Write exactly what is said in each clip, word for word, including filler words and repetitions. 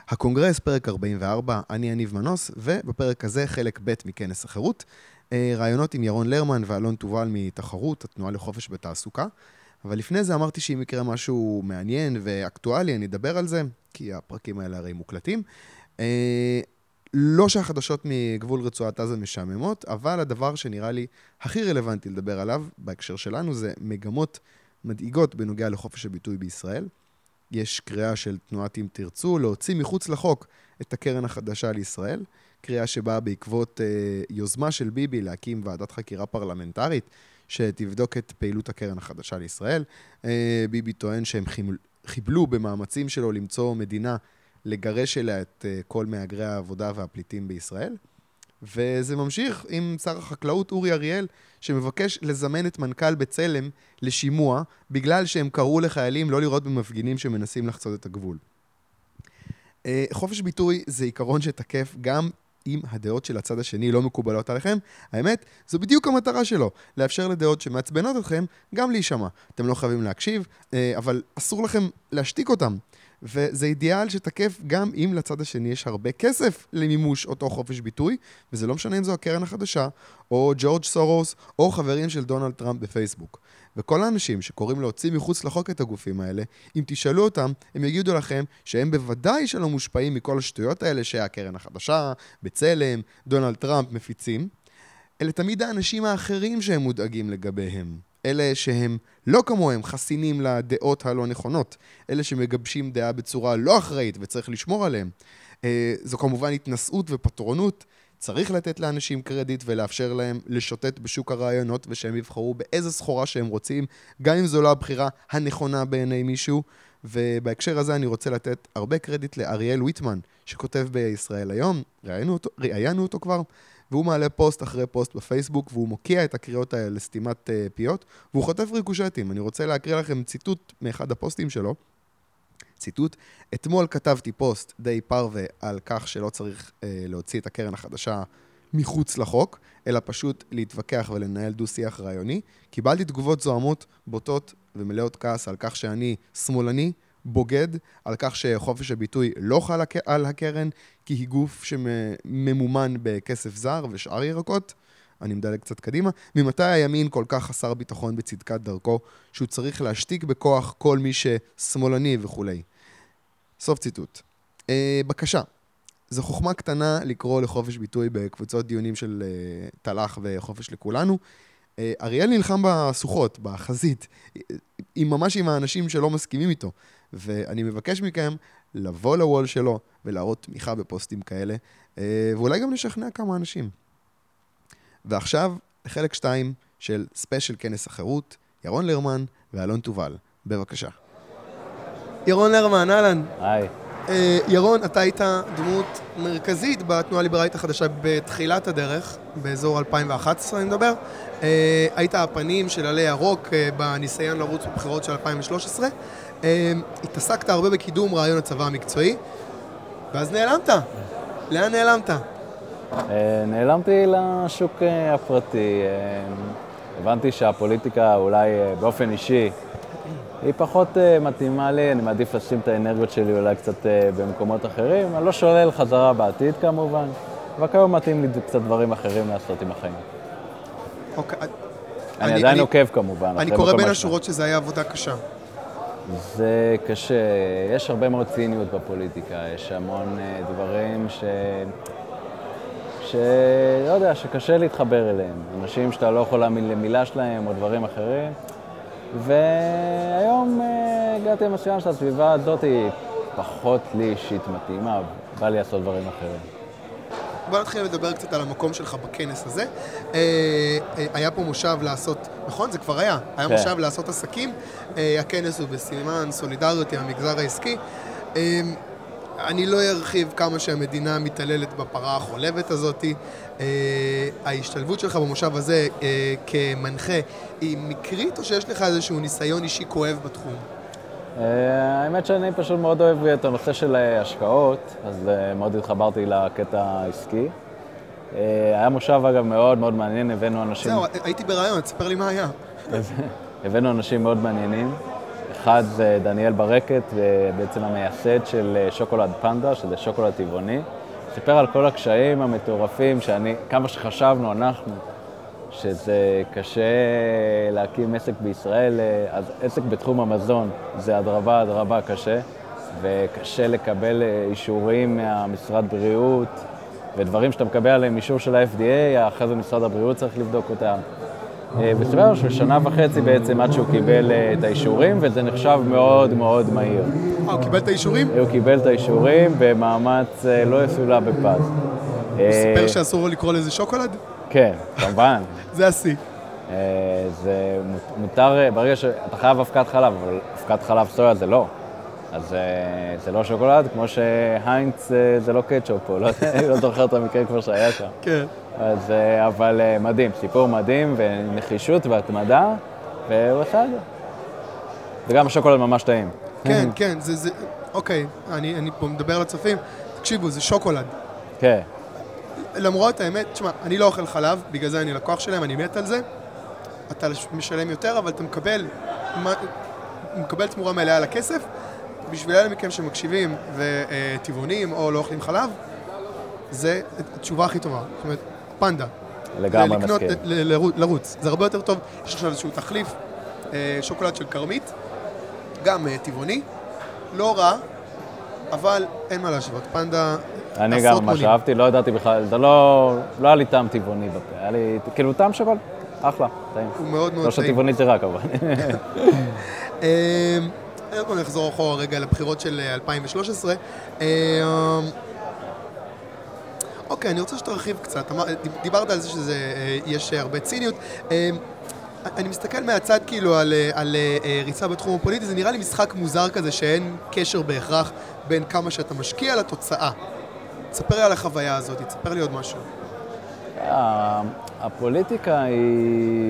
הקונגרס, פרק ארבעים וארבע, אני יניב מנוס, ובפרק הזה חלק ב' מכנס החירות, רעיונות עם ירון לרמן ואלון תובל מתחרות, התנועה לחופש בתעסוקה. אבל לפני זה אמרתי שאם יקרה משהו מעניין ואקטואלי, אני אדבר על זה, כי הפרקים האלה הרי מוקלטים. לא שהחדשות מגבול רצועת עזה משעממות, אבל הדבר שנראה לי הכי רלוונטי לדבר עליו, בהקשר שלנו, זה מגמות מדאיגות בנוגע לחופש הביטוי בישראל. יש קריאה של תנועת אם תרצו להוציא מחוץ לחוק את הקרן החדשה לישראל, קריאה שבאה בעקבות אה, יוזמה של ביבי להקים ועדת חקירה פרלמנטרית שתבדוק את פעילות הקרן החדשה לישראל. אה, ביבי טוען שהם חיבלו במאמצים שלו למצוא מדינה לגרש אליה את אה, כל מהגרי העבודה והפליטים בישראל. וזה ממשיך עם שר החקלאות אורי אריאל, שמבקש לזמן את מנכ"ל בצלם לשימוע, בגלל שהם קראו לחיילים לא לראות במפגינים שמנסים לחצות את הגבול. חופש ביטוי זה עיקרון שתקף גם אם הדעות של הצד השני לא מקובלות עליכם. האמת, זו בדיוק המטרה שלו, לאפשר לדעות שמעצבנות אתכם גם להישמע. אתם לא חייבים להקשיב, אבל אסור לכם להשתיק אותם. וזה אידיאל שתקף גם אם לצד השני יש הרבה כסף למימוש אותו חופש ביטוי, וזה לא משנה אם זו הקרן החדשה, או ג'ורג' סורוס, או חברים של דונלד טראמפ בפייסבוק. וכל האנשים שקוראים להוציא מחוץ לחוק את הגופים האלה, אם תשאלו אותם, הם יגידו לכם שהם בוודאי שלא מושפעים מכל השטויות האלה שהקרן החדשה, בצלם, דונלד טראמפ מפיצים. אלה תמיד האנשים האחרים שהם מודאגים לגביהם. אלה שהם לא כמוהם חסינים לדעות הלא נכונות, אלה שמגבשים דעה בצורה לא אחראית וצריך לשמור עליהם. אה, זו כמובן התנסות ופטרונות, צריך לתת לאנשים קרדיט ולאפשר להם לשוטט בשוק הרעיונות ושהם יבחרו באיזה סחורה שהם רוצים, גם אם זו לא הבחירה הנכונה בעיני מישהו. ובהקשר הזה אני רוצה לתת הרבה קרדיט לאריאל ויטמן, שכותב בישראל היום, ראיינו אותו, ראיינו אותו כבר, והוא מעלה פוסט אחרי פוסט בפייסבוק, והוא מוקיע את הקריאות האלה לסתימת uh, פיות, והוא חוטף ריקושטים. אני רוצה להקריא לכם ציטוט מאחד הפוסטים שלו. ציטוט: אתמול כתבתי פוסט די פרווה על כך שלא צריך uh, להוציא את הקרן החדשה מחוץ לחוק, אלא פשוט להתווכח ולנהל דו-שיח רעיוני. קיבלתי תגובות זוהמות, בוטות ומלאות כעס על כך שאני שמאלני, בוגד, על כך שחופש הביטוי לא חל על הקרן, כי היא גוף שממומן בכסף זר ושאר ירקות. אני מדלג קצת קדימה. ממתי הימין כל כך חסר ביטחון בצדקת דרכו, שהוא צריך להשתיק בכוח כל מי ששמאלני וכו'. סוף ציטוט. אה, בקשה. זו חוכמה קטנה לקרוא לחופש ביטוי בקבוצות דיונים של אה, תל"ח וחופש לכולנו. אה, אריאל נלחם בסוחות, בחזית, עם ממש עם האנשים שלא מסכימים איתו. ואני מבקש מכם לבוא לוול שלו ולהראות תמיכה בפוסטים כאלה, ואולי גם לשכנע כמה אנשים. ועכשיו, לחלק שתיים של ספיישל כנס החירות, ירון לרמן ואלון תובל. בבקשה. ירון לרמן, אהלן. היי. ירון, אתה היית דמות מרכזית בתנועה הליברלית החדשה בתחילת הדרך, באזור אלפיים ואחת עשרה אני מדבר. היית הפנים של עלי ירוק בניסיון לרוץ בבחירות של אלפיים ושלוש עשרה. התעסקת הרבה בקידום רעיון הצבא המקצועי, ואז נעלמת. לאן נעלמת? נעלמתי לשוק הפרטי. הבנתי שהפוליטיקה אולי באופן אישי היא פחות מתאימה לי, אני מעדיף לשים את האנרגיות שלי אולי קצת במקומות אחרים. אני לא שולל חזרה בעתיד כמובן, אבל כיום מתאים לי קצת דברים אחרים לעשות עם החיים. אוקיי. אני עדיין עוקב כמובן. אני קורא בין השורות שזה היה עבודה קשה. זה קשה, יש הרבה מאוד ציניות בפוליטיקה, יש המון דברים ש... ש... לא יודע, שקשה להתחבר אליהם. אנשים שאתה לא יכול להאמין למילה שלהם או דברים אחרים. והיום הגעתי למסוים שהסביבה הזאת היא פחות לי אישית מתאימה, בא לי לעשות דברים אחרים. בוא נתחיל לדבר קצת על המקום שלך בכנס הזה. היה פה מושב לעשות, נכון? זה כבר היה. היה מושב לעשות עסקים. הכנס הוא בסימן סולידריות עם המגזר העסקי. אני לא ארחיב כמה שהמדינה מתעללת בפרה החולבת הזאת. ההשתלבות שלך במושב הזה כמנחה היא מקרית או שיש לך איזשהו ניסיון אישי כואב בתחום? האמת שאני פשוט מאוד אוהב את הנושא של השקעות, אז מאוד התחברתי לקטע העסקי. היה מושב אגב מאוד מאוד מעניין, הבאנו אנשים... זהו, הייתי ברעיון, תספר לי מה היה. הבאנו אנשים מאוד מעניינים. אחד זה דניאל ברקת, בעצם המייסד של שוקולד פנדה, שזה שוקולד טבעוני. סיפר על כל הקשיים המטורפים, שאני, כמה שחשבנו אנחנו, שזה קשה להקים עסק בישראל, אז עסק בתחום המזון זה הדרבה, הדרבה קשה, וקשה לקבל אישורים מהמשרד בריאות, ודברים שאתה מקבל עליהם אישור של ה-אף די איי, אחרי זה משרד הבריאות צריך לבדוק אותם. וסיפר של שנה וחצי בעצם עד שהוא קיבל את האישורים, וזה נחשב מאוד מאוד מהיר. אה, הוא קיבל את האישורים? הוא קיבל את האישורים במאמץ לא יסולא בפז. הוא סיפר שאסור לו לקרוא לזה שוקולד? כן, כמובן. זה השיא. זה מותר, ברגע שאתה חייב אבקת חלב, אבל אבקת חלב סויה זה לא. אז זה לא שוקולד, כמו שהיינץ זה לא קטשופ, לא זוכר את המקרה כבר שהיה שם. כן. אז, אבל מדהים, סיפור מדהים ונחישות והתמדה, והוא עשה את זה. וגם השוקולד ממש טעים. כן, כן, זה, זה, אוקיי, אני, אני פה מדבר על הצופים, תקשיבו, זה שוקולד. כן. למרות האמת, תשמע, אני לא אוכל חלב, בגלל זה אני לקוח שלהם, אני מת על זה. אתה משלם יותר, אבל אתה מקבל, מקבל תמורה מלאה על הכסף. בשביל אלה מכם שמקשיבים וטבעונים או לא אוכלים חלב, זה התשובה הכי טובה. זאת אומרת, פנדה. לגמרי מסכים. לקנות, לרוץ. זה הרבה יותר טוב. יש עכשיו איזשהו תחליף, שוקולד של קרמית, גם טבעוני, לא רע, אבל אין מה להשוות. פנדה אני גם מה שאהבתי, לא ידעתי בכלל, זה לא היה לי טעם טבעוני בפה, היה לי, כאילו טעם שוקולד, אחלה, טעים. הוא מאוד מאוד טעים. לא שטבעוני זה רק, אבל. אני אחזור אחורה רגע לבחירות של אלפיים ושלוש עשרה. אוקיי, אני רוצה שתרחיב קצת. דיברת על זה שיש הרבה ציניות. אני מסתכל מהצד כאילו על, על ריצה בתחום הפוליטי, זה נראה לי משחק מוזר כזה שאין קשר בהכרח בין כמה שאתה משקיע לתוצאה. תספר לי על החוויה הזאת, תספר לי עוד משהו. הפוליטיקה היא...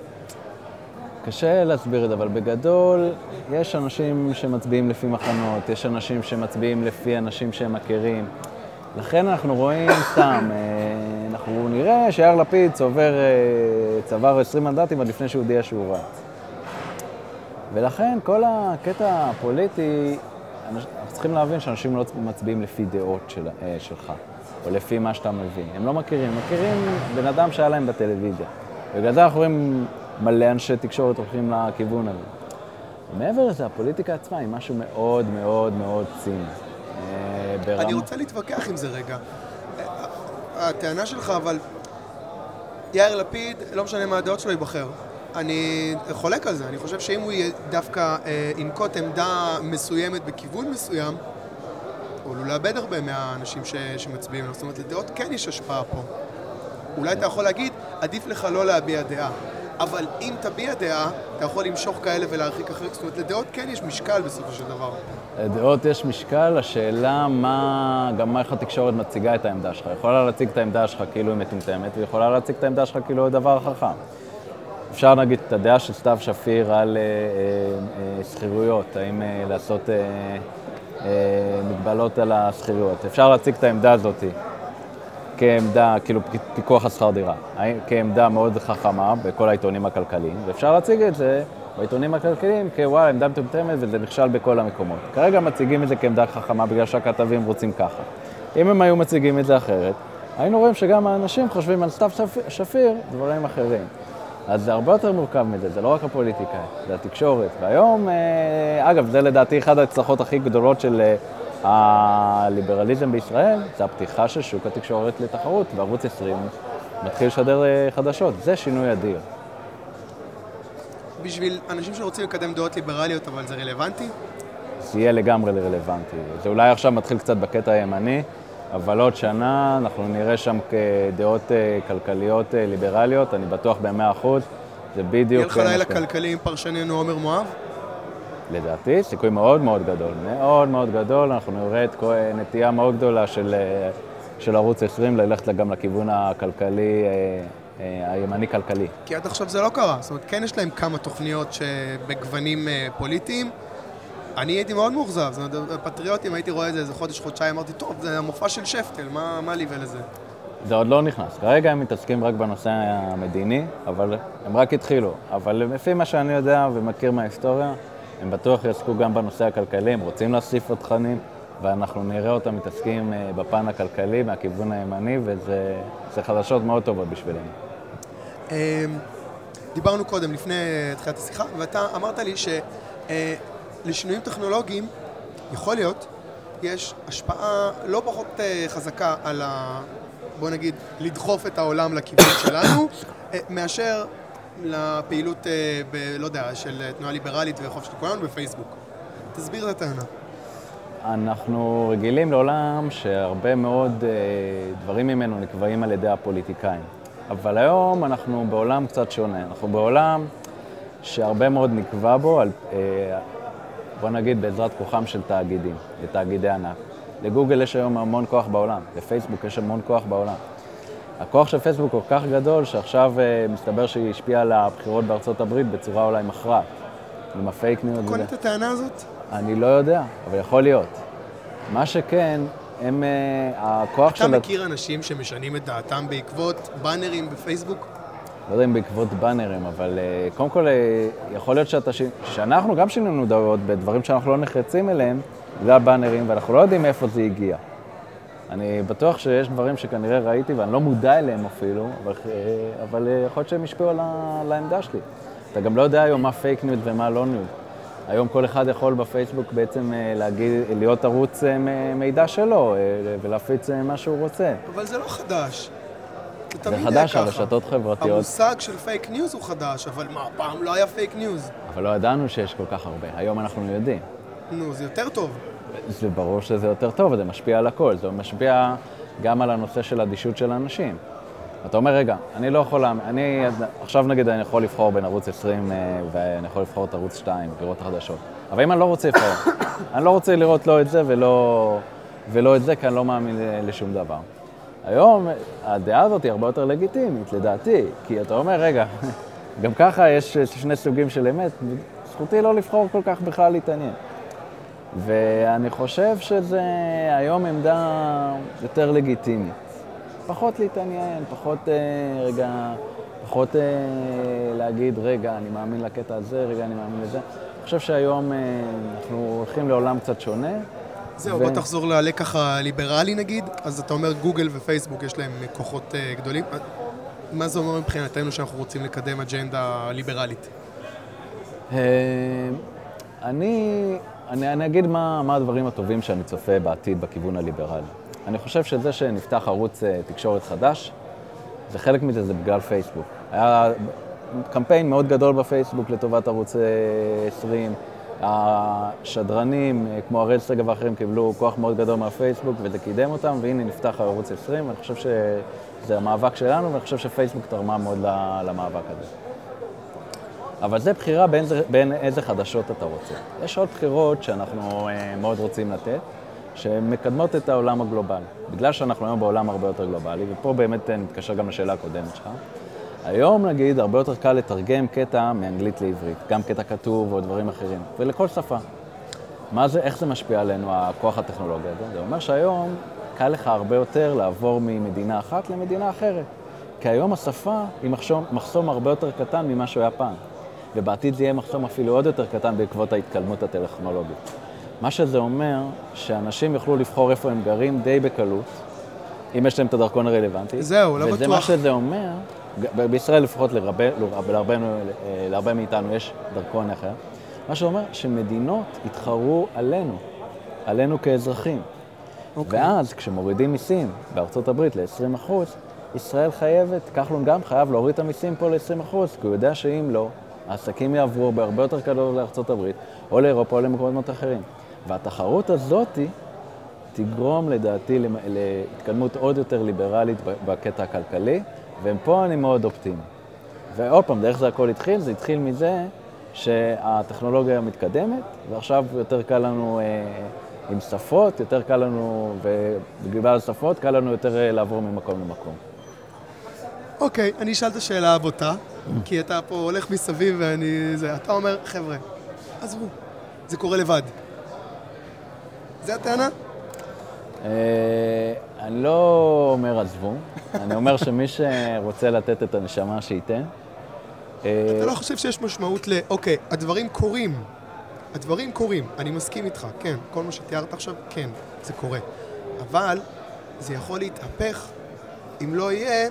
קשה להסביר את זה, אבל בגדול יש אנשים שמצביעים לפי מחנות, יש אנשים שמצביעים לפי אנשים שהם מכירים. לכן אנחנו רואים סתם, אנחנו נראה שיאיר לפיד צובר, צבר עשרים מנדטים עד לפני שהוא הודיע שהוא רץ. ולכן כל הקטע הפוליטי, אנחנו צריכים להבין שאנשים לא מצביעים לפי דעות של, שלך, או לפי מה שאתה מבין. הם לא מכירים, מכירים בן אדם שהיה להם בטלוויזיה. בגלל זה אנחנו רואים מלא אנשי תקשורת הולכים לכיוון הזה. ומעבר לזה, הפוליטיקה עצמה היא משהו מאוד מאוד מאוד ציני. אני רוצה להתווכח עם זה רגע. הטענה שלך, אבל יאיר לפיד, לא משנה מה הדעות שלו, ייבחר. אני חולק על זה. אני חושב שאם הוא דווקא ינקוט עמדה מסוימת בכיוון מסוים, הוא לא לאבד הרבה מהאנשים שמצביעים. זאת אומרת, לדעות כן יש השפעה פה. אולי אתה יכול להגיד, עדיף לך לא להביע דעה. אבל אם תביע דעה, אתה יכול למשוך כאלה ולהרחיק אחרי. זאת אומרת, לדעות כן יש משקל בסופו של דבר. לדעות יש משקל, השאלה מה, גם מה איך התקשורת מציגה את העמדה שלך. יכולה להציג את העמדה שלך כאילו היא מטומטמת, ויכולה להציג את העמדה שלך כאילו היא דבר חכם. אפשר נגיד את הדעה של סתיו שפיר על אה, אה, שכירויות, האם אה, לעשות אה, אה, מגבלות על השכירויות. אפשר להציג את העמדה הזאת כעמדה, כאילו פיקוח על שכר דירה, כעמדה מאוד חכמה בכל העיתונים הכלכליים, ואפשר להציג את זה בעיתונים הכלכליים כוואלה, עמדה מטומטמת וזה נכשל בכל המקומות. כרגע מציגים את זה כעמדה חכמה בגלל שהכתבים רוצים ככה. אם הם היו מציגים את זה אחרת, היינו רואים שגם האנשים חושבים על סתיו שפיר דברים אחרים. אז זה הרבה יותר מורכב מזה, זה לא רק הפוליטיקה, זה התקשורת. והיום, אגב, זה לדעתי אחד ההצלחות הכי גדולות של הליברליזם בישראל, זה הפתיחה של שוק התקשורת לתחרות, וערוץ עשרים מתחיל לשדר חדשות. זה שינוי אדיר. בשביל אנשים שרוצים לקדם דעות ליברליות, אבל זה רלוונטי? זה יהיה לגמרי רלוונטי. זה אולי עכשיו מתחיל קצת בקטע הימני, אבל עוד שנה אנחנו נראה שם כדעות כלכליות ליברליות, אני בטוח ב-מאה אחוז, זה בדיוק... יהיה לך לילה כלכלי עם פרשננו עומר מואב? לדעתי, סיכוי מאוד מאוד גדול, מאוד מאוד גדול, אנחנו נראה את נטייה מאוד גדולה של, של ערוץ עשרים, ללכת גם לכיוון הכלכלי, הימני כלכלי. כי עד עכשיו זה לא קרה, זאת אומרת, כן יש להם כמה תוכניות שבגוונים פוליטיים, אני הייתי מאוד מאוכזב, זאת אומרת, פטריוטים, הייתי רואה את זה איזה חודש, חודשיים, אמרתי, טוב, זה המופע של שפטל, מה, מה לי ולזה? זה עוד לא נכנס. כרגע הם מתעסקים רק בנושא המדיני, אבל הם רק התחילו. אבל לפי מה שאני יודע ומכיר מההיסטוריה, הם בטוח יעסקו גם בנושא הכלכלי, הם רוצים להוסיף עוד תכנים, ואנחנו נראה אותם מתעסקים בפן הכלכלי מהכיוון הימני, וזה חדשות מאוד טובות בשבילנו. דיברנו קודם, לפני תחילת השיחה, ואתה אמרת לי שלשינויים טכנולוגיים, יכול להיות, יש השפעה לא פחות חזקה על ה... בוא נגיד, לדחוף את העולם לכיוון שלנו, מאשר לפעילות, ב, לא יודע, של תנועה ליברלית וחופש לכולנו בפייסבוק. תסביר את הטענה. אנחנו רגילים לעולם שהרבה מאוד דברים ממנו נקבעים על ידי הפוליטיקאים. אבל היום אנחנו בעולם קצת שונה. אנחנו בעולם שהרבה מאוד נקבע בו, על, בוא נגיד, בעזרת כוחם של תאגידים, לתאגידי ענק. לגוגל יש היום המון כוח בעולם, לפייסבוק יש המון כוח בעולם. הכוח של פייסבוק כל כך גדול שעכשיו uh, מסתבר שהיא השפיעה על הבחירות בארצות הברית בצורה אולי מכרעת. עם הפייק ניוז. קונה את הטענה הזאת? אני לא יודע, אבל יכול להיות. מה שכן, הם, uh, הכוח של... אתה מכיר אנשים שמשנים את דעתם בעקבות באנרים בפייסבוק? לא יודע אם בעקבות באנרים, אבל uh, קודם כל uh, יכול להיות שאתה ש... שאנחנו גם שינינו דעות בדברים שאנחנו לא נחרצים אליהם, בגלל באנרים, ואנחנו לא יודעים מאיפה זה הגיע. אני בטוח שיש דברים שכנראה ראיתי, ואני לא מודע אליהם אפילו, אבל, אבל יכול להיות שהם השפיעו על, על העמדה שלי. אתה גם לא יודע היום מה פייק ניוז ומה לא ניוז. היום כל אחד יכול בפייסבוק בעצם להגיד, להיות ערוץ מידע שלו, ולהפיץ מה שהוא רוצה. אבל זה לא חדש. זה, זה חדש, הרשתות חברתיות. המושג של פייק ניוז הוא חדש, אבל מה, פעם לא היה פייק ניוז. אבל לא ידענו שיש כל כך הרבה. היום אנחנו יודעים. נו, זה יותר טוב. זה ברור שזה יותר טוב, וזה משפיע על הכל. זה משפיע גם על הנושא של אדישות של האנשים. אתה אומר, רגע, אני לא יכול... אני, עכשיו נגיד אני יכול לבחור בין ערוץ עשרים ואני יכול לבחור את ערוץ שתיים, לראות את החדשות. אבל אם אני לא רוצה לבחור, אני לא רוצה לראות לא את זה ולא, ולא את זה, כי אני לא מאמין לשום דבר. היום הדעה הזאת היא הרבה יותר לגיטימית, לדעתי, כי אתה אומר, רגע, גם ככה יש שני סוגים של אמת, זכותי לא לבחור כל כך בכלל להתעניין. ואני חושב שזה היום עמדה יותר לגיטימית. פחות להתעניין, פחות אה, רגע, פחות אה, להגיד, רגע, אני מאמין לקטע הזה, רגע, אני מאמין לזה. אני חושב שהיום אה, אנחנו הולכים לעולם קצת שונה. זהו, ו... בוא תחזור ללקח הליברלי נגיד. אז אתה אומר גוגל ופייסבוק יש להם כוחות אה, גדולים. מה זה אומר מבחינתנו שאנחנו רוצים לקדם אג'נדה ליברלית? אה, אני... אני, אני אגיד מה, מה הדברים הטובים שאני צופה בעתיד בכיוון הליברלי. אני חושב שזה שנפתח ערוץ תקשורת חדש, זה חלק מזה, זה בגלל פייסבוק. היה קמפיין מאוד גדול בפייסבוק לטובת ערוץ עשרים. השדרנים, כמו הראל סגב ואחרים, קיבלו כוח מאוד גדול מהפייסבוק, וזה קידם אותם, והנה נפתח ערוץ עשרים. אני חושב שזה המאבק שלנו, ואני חושב שפייסבוק תרמה מאוד למאבק הזה. אבל זה בחירה בין, בין איזה חדשות אתה רוצה. יש עוד בחירות שאנחנו אה, מאוד רוצים לתת, שמקדמות את העולם הגלובלי. בגלל שאנחנו היום בעולם הרבה יותר גלובלי, ופה באמת נתקשר גם לשאלה הקודמת שלך. היום, נגיד, הרבה יותר קל לתרגם קטע מאנגלית לעברית, גם קטע כתוב או דברים אחרים, ולכל שפה. מה זה, איך זה משפיע עלינו, הכוח הטכנולוגיה הזה? זה אומר שהיום קל לך הרבה יותר לעבור ממדינה אחת למדינה אחרת. כי היום השפה היא מחסום, מחסום הרבה יותר קטן ממה שהוא היה פעם. ובעתיד זה יהיה מחסום אפילו עוד יותר קטן בעקבות ההתקדמות הטכנולוגית. מה שזה אומר, שאנשים יוכלו לבחור איפה הם גרים די בקלות, אם יש להם את הדרכון הרלוונטי. זהו, לא בטוח. וזה מה שזה אומר, בישראל לפחות לרבה, לרבה, לרבה מאיתנו יש דרכון אחר, מה שאומר שמדינות יתחרו עלינו, עלינו כאזרחים. Okay. ואז כשמורידים מיסים בארצות הברית ל-עשרים אחוז, ישראל חייבת, כחלון גם חייב להוריד את המיסים פה ל-עשרים אחוז, כי הוא יודע שאם לא, העסקים יעברו בהרבה יותר קלות לארצות הברית, או לאירופה או למקומות אחרים. והתחרות הזאת תגרום לדעתי להתקדמות עוד יותר ליברלית בקטע הכלכלי, ופה אני מאוד אופטימי. ועוד פעם, דרך זה הכל התחיל, זה התחיל מזה שהטכנולוגיה מתקדמת, ועכשיו יותר קל לנו אה, עם שפות, יותר קל לנו, ובגלל השפות קל לנו יותר לעבור ממקום למקום. אוקיי, אני אשאל את השאלה הבוטה, כי אתה פה הולך מסביב ואני... זה, אתה אומר, חבר'ה, עזבו, זה קורה לבד. זה הטענה? אני לא אומר עזבו, אני אומר שמי שרוצה לתת את הנשמה שייתן. אתה לא חושב שיש משמעות ל... אוקיי, הדברים קורים, הדברים קורים, אני מסכים איתך, כן, כל מה שתיארת עכשיו, כן, זה קורה. אבל זה יכול להתהפך אם לא יהיה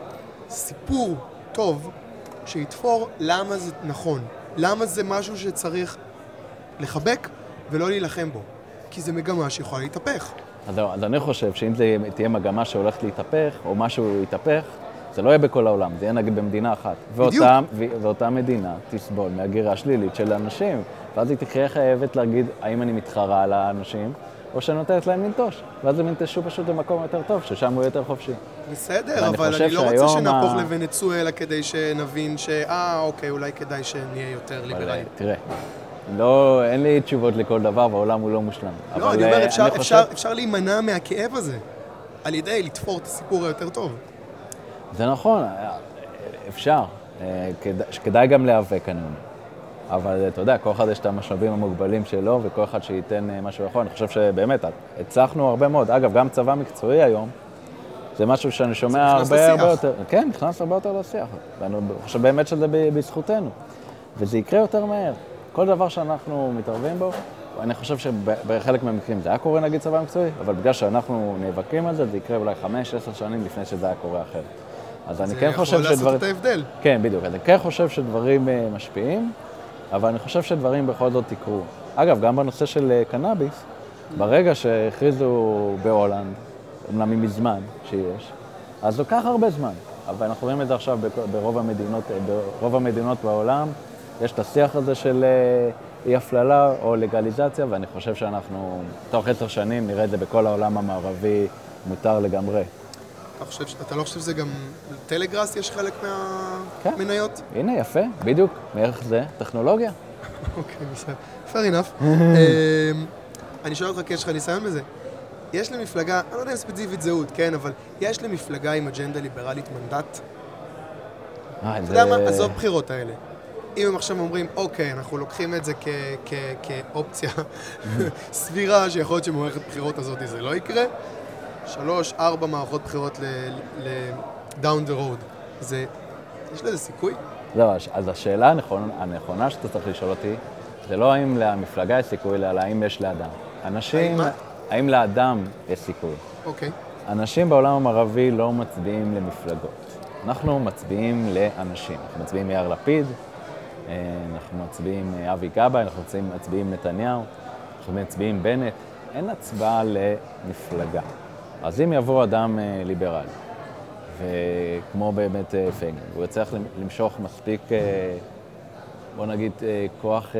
סיפור טוב שיתפור למה זה נכון, למה זה משהו שצריך לחבק ולא להילחם בו, כי זה מגמה שיכולה להתהפך. אז, אז אני חושב שאם זה תהיה מגמה שהולכת להתהפך, או משהו יתהפך, זה לא יהיה בכל העולם, זה יהיה נגיד במדינה אחת. ואותה, ואותה מדינה תסבול מהגירה שלילית של אנשים, ואז היא תהיה חייבת להגיד האם אני מתחרה על האנשים, או שנותנת להם לנטוש. ואז הם ינטשו פשוט למקום יותר טוב, ששם הוא יותר חופשי. בסדר, אבל אני לא רוצה שנהפוך לוונצואלה כדי שנבין שאה, אוקיי, אולי כדאי שנהיה יותר ליברליים. תראה, לא, אין לי תשובות לכל דבר, והעולם הוא לא מושלם. לא, אני אומר, אפשר, אפשר, אפשר להימנע מהכאב הזה, על ידי לתפור את הסיפור היותר טוב. זה נכון, אפשר. כדאי גם להיאבק, אני אומר. אבל אתה יודע, כל אחד יש את המשאבים המוגבלים שלו, וכל אחד שייתן משהו יכול. אני חושב שבאמת, הצלחנו הרבה מאוד. אגב, גם צבא מקצועי היום, זה משהו שאני שומע הרבה הרבה יותר. כן, נכנס הרבה יותר לשיח. ואני חושב באמת שזה בזכותנו. וזה יקרה יותר מהר. כל דבר שאנחנו מתערבים בו, אני חושב שבחלק מהמקרים זה היה קורה נגיד צבא מקצועי, אבל בגלל שאנחנו נאבקים על זה, זה יקרה אולי חמש, עשר שנים לפני שזה היה קורה אחרת. אז אני כן חושב שדברים... זה יכול לעשות את ההבדל. כן, בדיוק. אני כן חושב שדברים משפיעים, אבל אני חושב שדברים בכל זאת יקרו. אגב, גם בנושא של קנאביס, ברגע שהכריזו בהולנד, אומנם מזמן שיש, אז לוקח הרבה זמן. אבל אנחנו רואים את זה עכשיו ברוב המדינות, ברוב המדינות בעולם, יש את השיח הזה של אי הפללה או לגליזציה, ואני חושב שאנחנו, תוך עשר שנים, נראה את זה בכל העולם המערבי מותר לגמרי. אתה חושב, אתה לא חושב שזה גם טלגראס יש חלק מהמניות? כן. הנה, יפה, בדיוק. מאיך זה? טכנולוגיה. אוקיי, בסדר. fair enough. אני שואל אותך, כי יש לך ניסיון בזה. יש למפלגה, אני לא יודע אם ספציפית זהות, כן, אבל יש למפלגה עם אג'נדה ליברלית מנדט? אתה יודע מה? עזוב בחירות האלה. אם הם עכשיו אומרים, אוקיי, אנחנו לוקחים את זה כאופציה סבירה, שיכול להיות שמערכת בחירות הזאת זה לא יקרה, שלוש, ארבע מערכות בחירות ל-down the road. זה, יש לזה סיכוי? לא, אז השאלה הנכונה שאתה צריך לשאול אותי, זה לא האם למפלגה יש סיכוי, אלא האם יש לאדם. אנשים, האם לאדם יש סיכוי? אוקיי. אנשים בעולם המערבי לא מצביעים למפלגות. אנחנו מצביעים לאנשים. אנחנו מצביעים יאיר לפיד, אנחנו מצביעים אבי גבאי, אנחנו מצביעים נתניהו, אנחנו מצביעים בנט. אין הצבעה למפלגה. אז אם יבוא אדם ליברלי, וכמו באמת פייגלין, הוא יצטרך למשוך מספיק, בוא נגיד, כוח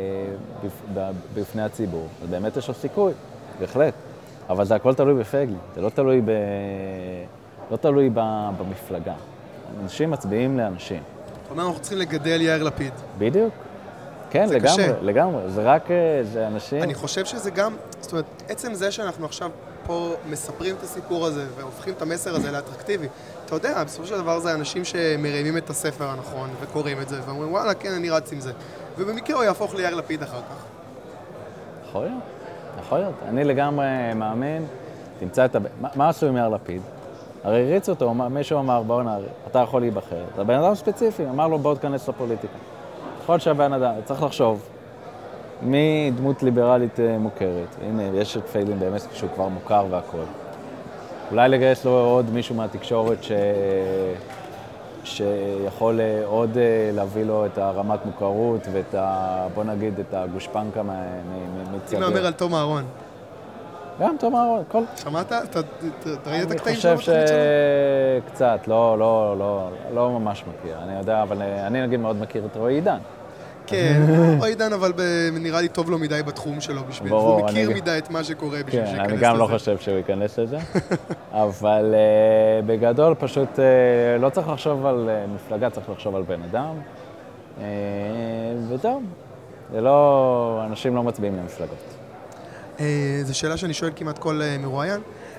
בפני הציבור, אז באמת יש לו סיכוי, בהחלט. אבל זה הכל תלוי בפייגלין, זה לא תלוי, ב... לא תלוי במפלגה. אנשים מצביעים לאנשים. זאת אומרת, אנחנו צריכים לגדל יאיר לפיד. בדיוק. כן, לגמרי, קשה. לגמרי. זה רק, זה אנשים... אני חושב שזה גם, זאת אומרת, עצם זה שאנחנו עכשיו פה מספרים את הסיפור הזה והופכים את המסר הזה לאטרקטיבי. אתה יודע, בסופו של דבר זה אנשים שמרימים את הספר הנכון וקוראים את זה ואומרים, וואלה, כן, אני רץ עם זה. ובמקרה הוא יהפוך ליאיר לפיד אחר כך. יכול להיות, יכול להיות. אני לגמרי מאמין, תמצא את ה... מה, מה עשו עם יאיר לפיד? הרי הריץ אותו, מישהו אמר, בואו נערי, אתה יכול להיבחר. זה בן אדם ספציפי, אמר לו, בואו תכנס לפוליטיקה. יכול להיות שהבן אדם, צריך לחשוב, מי דמות ליברלית מוכרת. הנה, יש את פייגלין באמת שהוא כבר מוכר והכל. אולי לגייס לו עוד מישהו מהתקשורת ש... שיכול עוד להביא לו את הרמת מוכרות ואת ה... בוא נגיד, את הגושפנקה מצד... אם אומר על תום אהרון. גם תום אהרון, כל... שמעת? אתה ראית את הקטעים שלו? אני חושב שקצת, לא, לא, לא, לא ממש מכיר. אני יודע, אבל אני נגיד מאוד מכיר את רועי עידן. כן, רועי עידן, אבל נראה לי טוב לו מדי בתחום שלו בשביל, הוא מכיר מדי את מה שקורה בשביל שייכנס לזה. כן, אני גם לא חושב שהוא ייכנס לזה, אבל בגדול פשוט לא צריך לחשוב על מפלגה, צריך לחשוב על בן אדם, וזהו, זה לא, אנשים לא מצביעים למפלגות. זו שאלה שאני שואל כמעט כל מרואיין.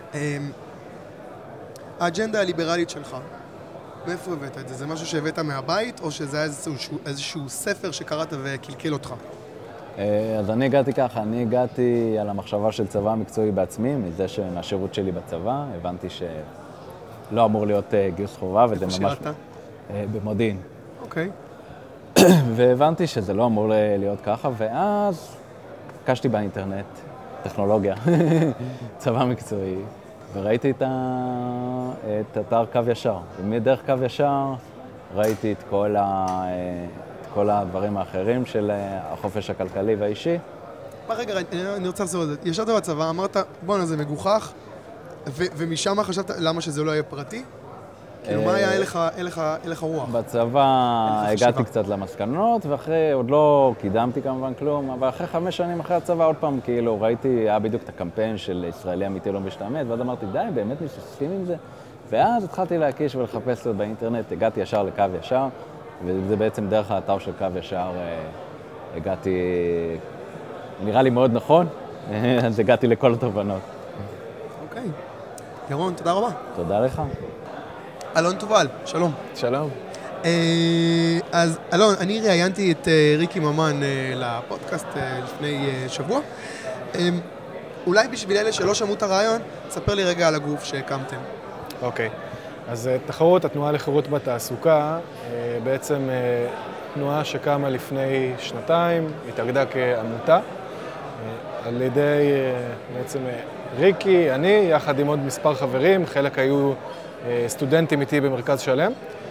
האג'נדה הליברלית שלך, מאיפה הבאת את זה? זה משהו שהבאת מהבית, או שזה היה איזשהו, איזשהו ספר שקראת וקלקל אותך? אז אני הגעתי ככה, אני הגעתי על המחשבה של צבא מקצועי בעצמי, מזה שמהשירות שלי בצבא, הבנתי שלא אמור להיות גיוס חובה, וזה ממש... איפה שירת? במודיעין. אוקיי. והבנתי שזה לא אמור להיות ככה, ואז בקשתי באינטרנט, טכנולוגיה, צבא מקצועי, וראיתי את, ה... את אתר קו ישר. ומדרך קו ישר ראיתי את כל, ה... את כל הדברים האחרים של החופש הכלכלי והאישי. מה רגע, אני רוצה לעשות את זה. ישבת בצבא, אמרת, בוא'נה, זה מגוחך, ו- ומשם חשבת למה שזה לא יהיה פרטי? כאילו, מה היה אליך רוח? בצבא הגעתי קצת למסקנות, ואחרי, עוד לא קידמתי כמובן כלום, אבל אחרי חמש שנים אחרי הצבא, עוד פעם, כאילו, ראיתי, היה בדיוק את הקמפיין של ישראלי אמיתי לא משתמט, ואז אמרתי, די, באמת מתעסקים עם זה? ואז התחלתי להקיש ולחפש את באינטרנט, הגעתי ישר לקו ישר, וזה בעצם דרך האתר של קו ישר, הגעתי, נראה לי מאוד נכון, אז הגעתי לכל התובנות. אוקיי. ירון, תודה רבה. תודה לך. אלון תובל, שלום. שלום. אז אלון, אני ראיינתי את ריקי ממן לפודקאסט לפני שבוע. אולי בשביל אלה שלא שמעו את הרעיון, תספר לי רגע על הגוף שהקמתם. אוקיי. אז תחרות, התנועה לחירות בתעסוקה, בעצם תנועה שקמה לפני שנתיים, התאגדה כעמותה, על ידי בעצם ריקי, אני, יחד עם עוד מספר חברים, חלק היו סטודנטים איתי במרכז שלם,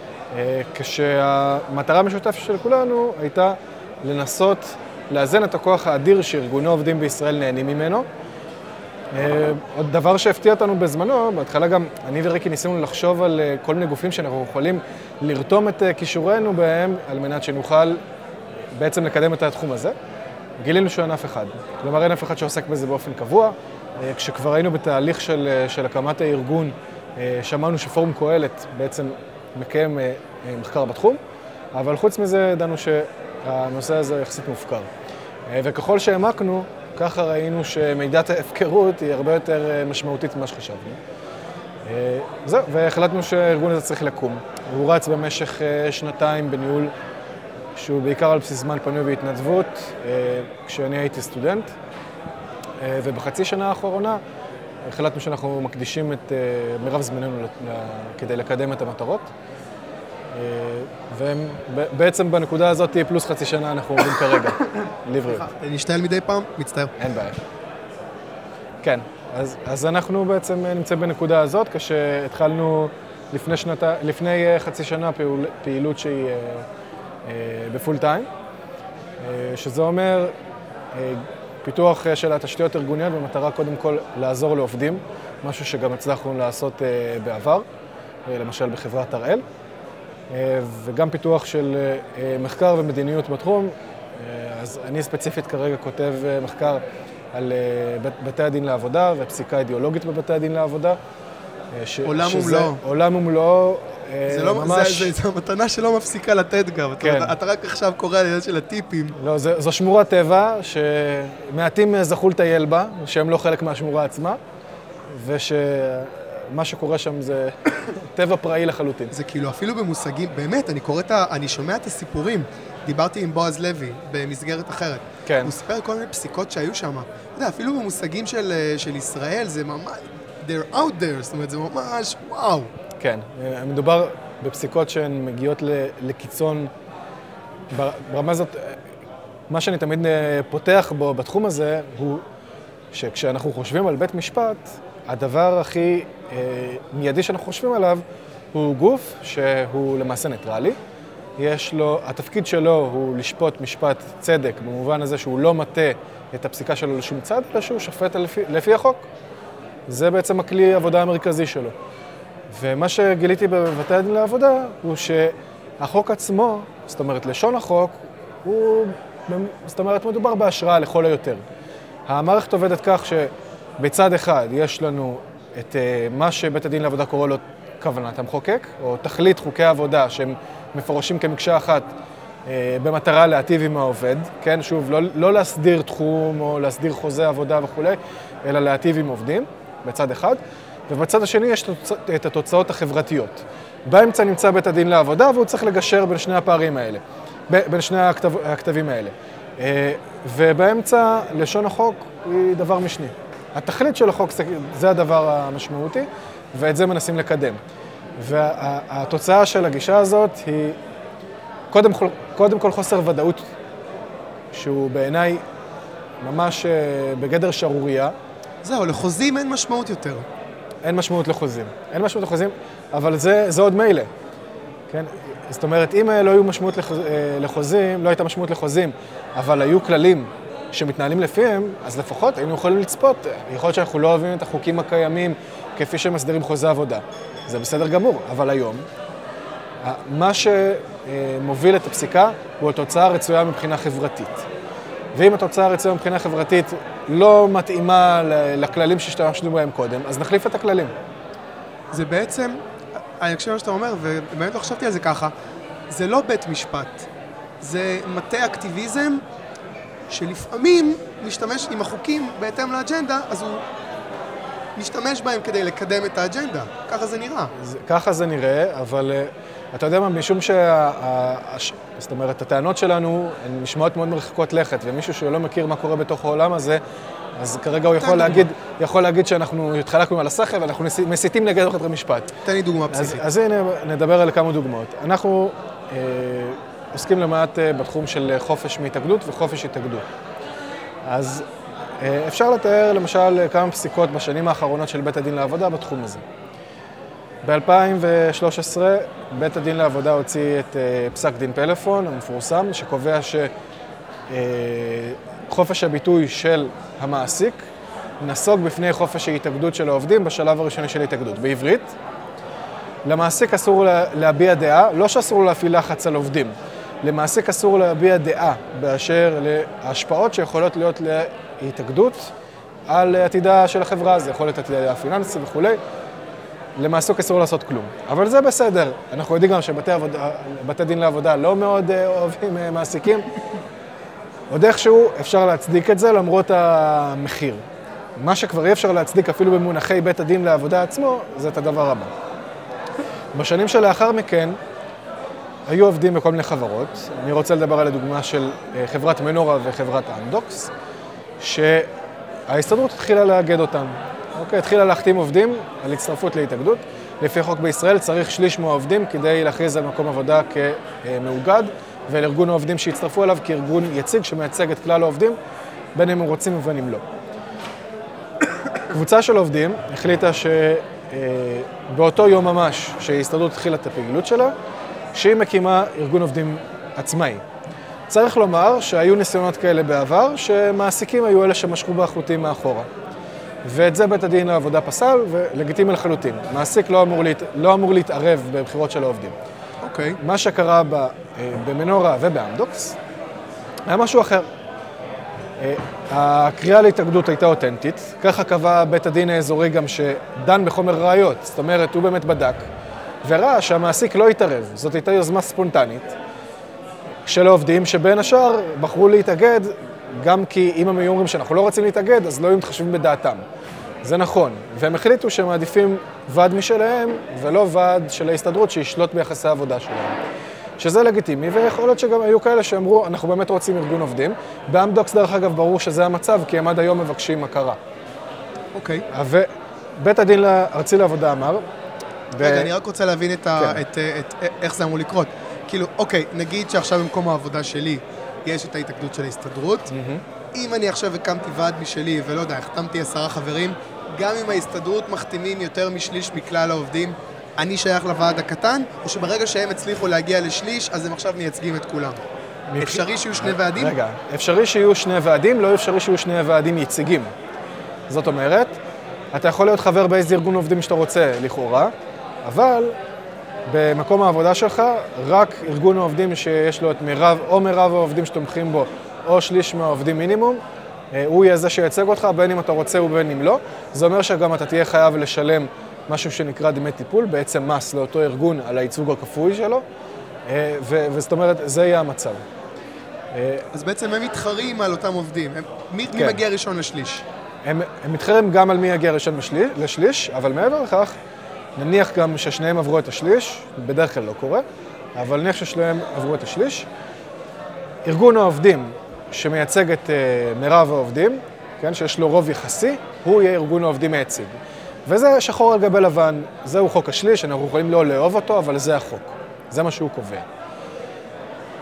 כשהמטרה המשותפת של כולנו הייתה לנסות לאזן את הכוח האדיר שארגוני עובדים בישראל נהנים ממנו. עוד דבר שהפתיע אותנו בזמנו, בהתחלה גם אני וריקי ניסינו לחשוב על כל מיני גופים שאנחנו יכולים לרתום את כישורינו בהם על מנת שנוכל בעצם לקדם את התחום הזה. גילינו שאין אף אחד, כלומר אין אף אחד שעוסק בזה באופן קבוע. כשכבר היינו בתהליך של, של הקמת הארגון, שמענו שפורום קהלת בעצם מקיים מחקר בתחום, אבל חוץ מזה ידענו שהנושא הזה יחסית מופקר. וככל שהעמקנו, ככה ראינו שמידת ההפקרות היא הרבה יותר משמעותית ממה שחשבנו. זהו, והחלטנו שהארגון הזה צריך לקום. הוא רץ במשך שנתיים בניהול שהוא בעיקר על בסיס זמן פנוי והתנדבות, כשאני הייתי סטודנט. ובחצי שנה האחרונה החלטנו שאנחנו מקדישים את מרב זמננו כדי לקדם את המטרות. ובעצם בנקודה הזאת פלוס חצי שנה אנחנו עומדים כרגע. לבריאות. נשתעל מדי פעם? מצטער. אין בעיה. כן, אז, אז אנחנו בעצם נמצאים בנקודה הזאת, כשהתחלנו לפני, שנתה, לפני חצי שנה פעול, פעילות שהיא בפול טיים, שזה אומר פיתוח של התשתיות ארגוניות במטרה קודם כל לעזור לעובדים, משהו שגם הצלחנו לעשות בעבר, למשל בחברת הראל, וגם פיתוח של מחקר ומדיניות בתחום. אז אני ספציפית כרגע כותב מחקר על בתי הדין לעבודה ופסיקה אידיאולוגית בבתי הדין לעבודה. ש... עולם ומלואו. עולם ומלואו. זה לא, ממש... זה, זה, זה המתנה שלא מפסיקה לתת גם. כן. אתה, אתה רק עכשיו קורא על יד של הטיפים. לא, זה, זו שמורת טבע שמעטים זכו לטייל בה, שהם לא חלק מהשמורה עצמה, ושמה שקורה שם זה טבע פראי לחלוטין. זה כאילו אפילו במושגים, באמת, אני קורא את ה... אני שומע את הסיפורים. דיברתי עם בועז לוי במסגרת אחרת. כן. הוא סיפר כל מיני פסיקות שהיו שם. אתה יודע, אפילו במושגים של, של ישראל זה ממש... they're out there, זאת אומרת, זה ממש וואו. כן, מדובר בפסיקות שהן מגיעות לקיצון. ברמה הזאת, מה שאני תמיד פותח בו בתחום הזה, הוא שכשאנחנו חושבים על בית משפט, הדבר הכי מיידי שאנחנו חושבים עליו, הוא גוף שהוא למעשה ניטרלי. יש לו, התפקיד שלו הוא לשפוט משפט צדק, במובן הזה שהוא לא מטה את הפסיקה שלו לשום צד, אלא שהוא שופט לפי, לפי החוק. זה בעצם הכלי העבודה המרכזי שלו. ומה שגיליתי בבתי הדין לעבודה הוא שהחוק עצמו, זאת אומרת לשון החוק, הוא, זאת אומרת, מדובר בהשראה לכל היותר. המערכת עובדת כך שבצד אחד יש לנו את מה שבית הדין לעבודה קורא לו כוונת המחוקק, או תכלית חוקי העבודה שהם מפורשים כמקשה אחת במטרה להטיב עם העובד, כן? שוב, לא, לא להסדיר תחום או להסדיר חוזה עבודה וכו', אלא להטיב עם עובדים, בצד אחד. ובצד השני יש את התוצאות החברתיות. באמצע נמצא בית הדין לעבודה, והוא צריך לגשר בין שני הפערים האלה, בין שני הכתב, הכתבים האלה. ובאמצע לשון החוק היא דבר משני. התכלית של החוק זה הדבר המשמעותי, ואת זה מנסים לקדם. והתוצאה של הגישה הזאת היא, קודם כל, קודם כל חוסר ודאות, שהוא בעיניי ממש בגדר שערוריה. זהו, לחוזים אין משמעות יותר. אין משמעות לחוזים. אין משמעות לחוזים, אבל זה, זה עוד מילא. כן? זאת אומרת, אם לא היו משמעות לחוזים, לא הייתה משמעות לחוזים, אבל היו כללים שמתנהלים לפיהם, אז לפחות היינו יכולים לצפות. יכול להיות שאנחנו לא אוהבים את החוקים הקיימים כפי שמסדירים חוזה עבודה. זה בסדר גמור, אבל היום, מה שמוביל את הפסיקה הוא התוצאה הרצויה מבחינה חברתית. ואם התוצאה הרצויה מבחינה חברתית לא מתאימה לכללים שהשתמשנו בהם קודם, אז נחליף את הכללים. זה בעצם, אני חושב מה שאתה אומר, ובאמת לא חשבתי על זה ככה, זה לא בית משפט, זה מטה אקטיביזם שלפעמים משתמש עם החוקים בהתאם לאג'נדה, אז הוא משתמש בהם כדי לקדם את האג'נדה. ככה זה נראה. זה, ככה זה נראה, אבל uh, אתה יודע מה, משום שה... Uh, זאת אומרת, הטענות שלנו הן משמעות מאוד מרחיקות לכת, ומישהו שלא מכיר מה קורה בתוך העולם הזה, אז כרגע הוא יכול להגיד, יכול להגיד שאנחנו התחלקנו על השכל, ואנחנו מסיתים נגד מערכת המשפט. תן לי דוגמה פסיכית. אז, אז הנה, נדבר על כמה דוגמאות. אנחנו uh, עוסקים למעט uh, בתחום של חופש מהתאגדות וחופש התאגדות. אז אפשר לתאר למשל כמה פסיקות בשנים האחרונות של בית הדין לעבודה בתחום הזה. ב-אלפיים ושלוש עשרה בית הדין לעבודה הוציא את פסק דין פלאפון המפורסם, שקובע שחופש הביטוי של המעסיק נסוג בפני חופש ההתאגדות של העובדים בשלב הראשוני של ההתאגדות. בעברית, למעסיק אסור להביע דעה, לא שאסור להפעיל לחץ על עובדים, למעסיק אסור להביע דעה באשר להשפעות שיכולות להיות להתאגדות על עתידה של החברה, זה יכול להיות עתידה הפיננסי וכו'. למעסיק אסור לעשות כלום. אבל זה בסדר. אנחנו יודעים גם שבתי עבודה, בתי דין לעבודה לא מאוד אוהבים מעסיקים. עוד איכשהו אפשר להצדיק את זה למרות המחיר. מה שכבר אי אפשר להצדיק אפילו במונחי בית הדין לעבודה עצמו, זה את הדבר הבא. בשנים שלאחר מכן, היו עובדים בכל מיני חברות. אני רוצה לדבר על הדוגמה של חברת מנורה וחברת אמדוקס, שההסתדרות התחילה לאגד אותם. אוקיי, התחילה להחתים עובדים על הצטרפות להתאגדות. לפי חוק בישראל צריך שליש מהעובדים כדי להכריז על מקום עבודה כמאוגד, ולארגון העובדים שהצטרפו אליו כארגון יציג שמייצג את כלל העובדים, בין אם הם רוצים ובין אם לא. קבוצה של עובדים החליטה שבאותו יום ממש שההסתדרות התחילה את הפעילות שלה, שהיא מקימה ארגון עובדים עצמאי. צריך לומר שהיו ניסיונות כאלה בעבר, שמעסיקים היו אלה שמשכו באחותים מאחורה. ואת זה בית הדין לעבודה פסל, ולגיטימי לחלוטין. מעסיק לא אמור, להת... לא אמור להתערב בבחירות של העובדים. אוקיי. Okay. מה שקרה ב... במנורה ובאמדוקס, היה משהו אחר. הקריאה להתאגדות הייתה אותנטית, ככה קבע בית הדין האזורי גם שדן בחומר ראיות, זאת אומרת, הוא באמת בדק, וראה שהמעסיק לא התערב. זאת הייתה יוזמה ספונטנית של העובדים, שבין השאר בחרו להתאגד, גם כי אם הם היו אומרים שאנחנו לא רוצים להתאגד, אז לא היו מתחשבים בדעתם. זה נכון. והם החליטו שהם מעדיפים ועד משלהם, ולא ועד של ההסתדרות שישלוט ביחסי העבודה שלהם. שזה לגיטימי, ויכול להיות שגם היו כאלה שאמרו, אנחנו באמת רוצים ארגון עובדים. באמדוקס, דרך אגב, ברור שזה המצב, כי הם עד היום מבקשים הכרה. אוקיי. ובית הדין הארצי לעבודה אמר... רגע, אני רק רוצה להבין את ה... את, את, את, איך זה אמור לקרות. כאילו, אוקיי, נגיד שעכשיו במקום העבודה שלי יש את ההתאגדות של ההסתדרות. אם אני עכשיו הקמתי ועד משלי, ולא יודע, החתמתי עשרה חברים, גם אם ההסתדרות מחתימים יותר משליש מכלל העובדים, אני שייך לוועד הקטן, או שברגע שהם הצליחו להגיע לשליש, אז הם עכשיו מייצגים את כולם. אפשרי שיהיו שני ועדים? רגע, אפשרי שיהיו שני ועדים, לא אפשרי שיהיו שני ועדים יציגים. זאת אומרת, אתה יכול להיות חבר באיזה ארגון עובדים שאתה רוצה, לכאורה, אבל במקום העבודה שלך, רק ארגון העובדים שיש לו את מירב, או מירב העובדים שתומכים בו, או שליש מהעובדים מינימום, הוא יהיה זה שייצג אותך, בין אם אתה רוצה ובין אם לא. זה אומר שגם אתה תהיה חייב לשלם משהו שנקרא דמי טיפול, בעצם מס לאותו ארגון על הייצוג הכפוי שלו, ו- וזאת אומרת, זה יהיה המצב. אז בעצם הם מתחרים על אותם עובדים. הם, מי, כן. מי מגיע ראשון לשליש? הם, הם מתחרים גם על מי יגיע ראשון לשליש, לשליש, אבל מעבר לכך, נניח גם ששניהם עברו את השליש, בדרך כלל לא קורה, אבל נניח ששניהם עברו את השליש. ארגון העובדים שמייצג את uh, מירב העובדים, כן, שיש לו רוב יחסי, הוא יהיה ארגון העובדים מייצג. וזה שחור על גבי לבן, זהו חוק השליש, אנחנו יכולים לא לאהוב אותו, אבל זה החוק. זה מה שהוא קובע.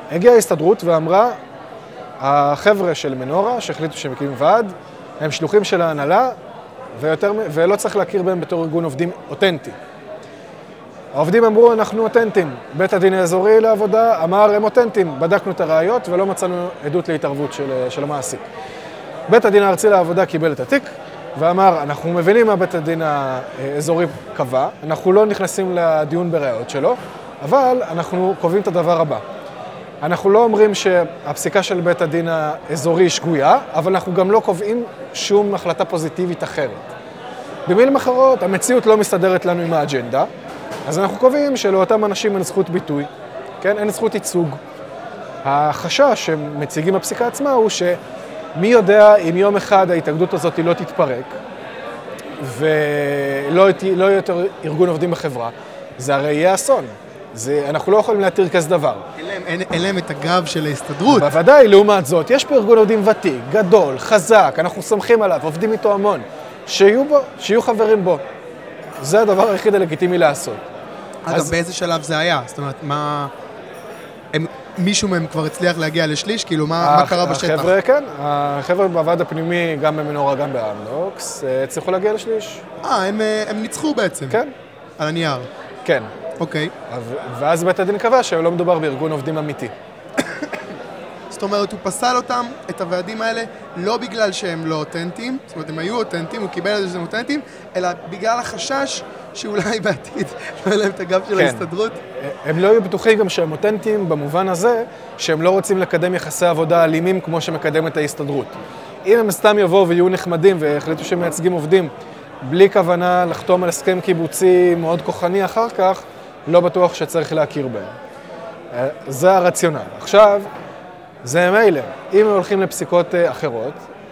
הגיעה ההסתדרות ואמרה, החבר'ה של מנורה, שהחליטו שהם מקימים ועד, הם שלוחים של ההנהלה, ויותר, ולא צריך להכיר בהם בתור ארגון עובדים אותנטי. העובדים אמרו, אנחנו אותנטים. בית הדין האזורי לעבודה אמר, הם אותנטים. בדקנו את הראיות ולא מצאנו עדות להתערבות של, של המעסיק. בית הדין הארצי לעבודה קיבל את התיק, ואמר, אנחנו מבינים מה בית הדין האזורי קבע, אנחנו לא נכנסים לדיון בראיות שלו, אבל אנחנו קובעים את הדבר הבא. אנחנו לא אומרים שהפסיקה של בית הדין האזורי שגויה, אבל אנחנו גם לא קובעים שום החלטה פוזיטיבית אחרת. במילים אחרות, המציאות לא מסתדרת לנו עם האג'נדה, אז אנחנו קובעים שלאותם אנשים אין זכות ביטוי, כן? אין זכות ייצוג. החשש שמציגים בפסיקה עצמה הוא שמי יודע אם יום אחד ההתאגדות הזאת לא תתפרק, ולא לא יהיה יותר ארגון עובדים בחברה, זה הרי יהיה אסון. זה, אנחנו לא יכולים להתיר כזה דבר. אין להם, אין, אין להם את הגב של ההסתדרות. בוודאי, לעומת זאת, יש פה ארגון עובדים ותיק, גדול, חזק, אנחנו סומכים עליו, עובדים איתו המון, שיהיו בו, שיהיו חברים בו. זה הדבר היחיד הלגיטימי לעשות. אגב, אז... באיזה שלב זה היה? זאת אומרת, מה... הם... מישהו מהם כבר הצליח להגיע לשליש? כאילו, מה, הח... מה קרה בשטח? החבר'ה, כן. החבר'ה בוועד הפנימי, גם במנורה, גם באמנוקס, הצליחו להגיע לשליש. אה, הם, הם ניצחו בעצם. כן. על הנייר. כן. אוקיי. ואז בית הדין קבע שלא מדובר בארגון עובדים אמיתי. זאת אומרת, הוא פסל אותם, את הוועדים האלה, לא בגלל שהם לא אותנטיים, זאת אומרת, הם היו אותנטיים, הוא קיבל את זה שהם אותנטיים, אלא בגלל החשש שאולי בעתיד לא יהיה להם את הגב של ההסתדרות. הם לא היו בטוחים גם שהם אותנטיים במובן הזה, שהם לא רוצים לקדם יחסי עבודה אלימים כמו שמקדמת ההסתדרות. אם הם סתם יבואו ויהיו נחמדים והחליטו שהם מייצגים עובדים, בלי כוונה לחתום על הסכם קיבוצי מאוד כוחני אחר כך, לא בטוח שצריך להכיר בהם. זה הרציונל. עכשיו, זה מילא. אם הם הולכים לפסיקות אחרות,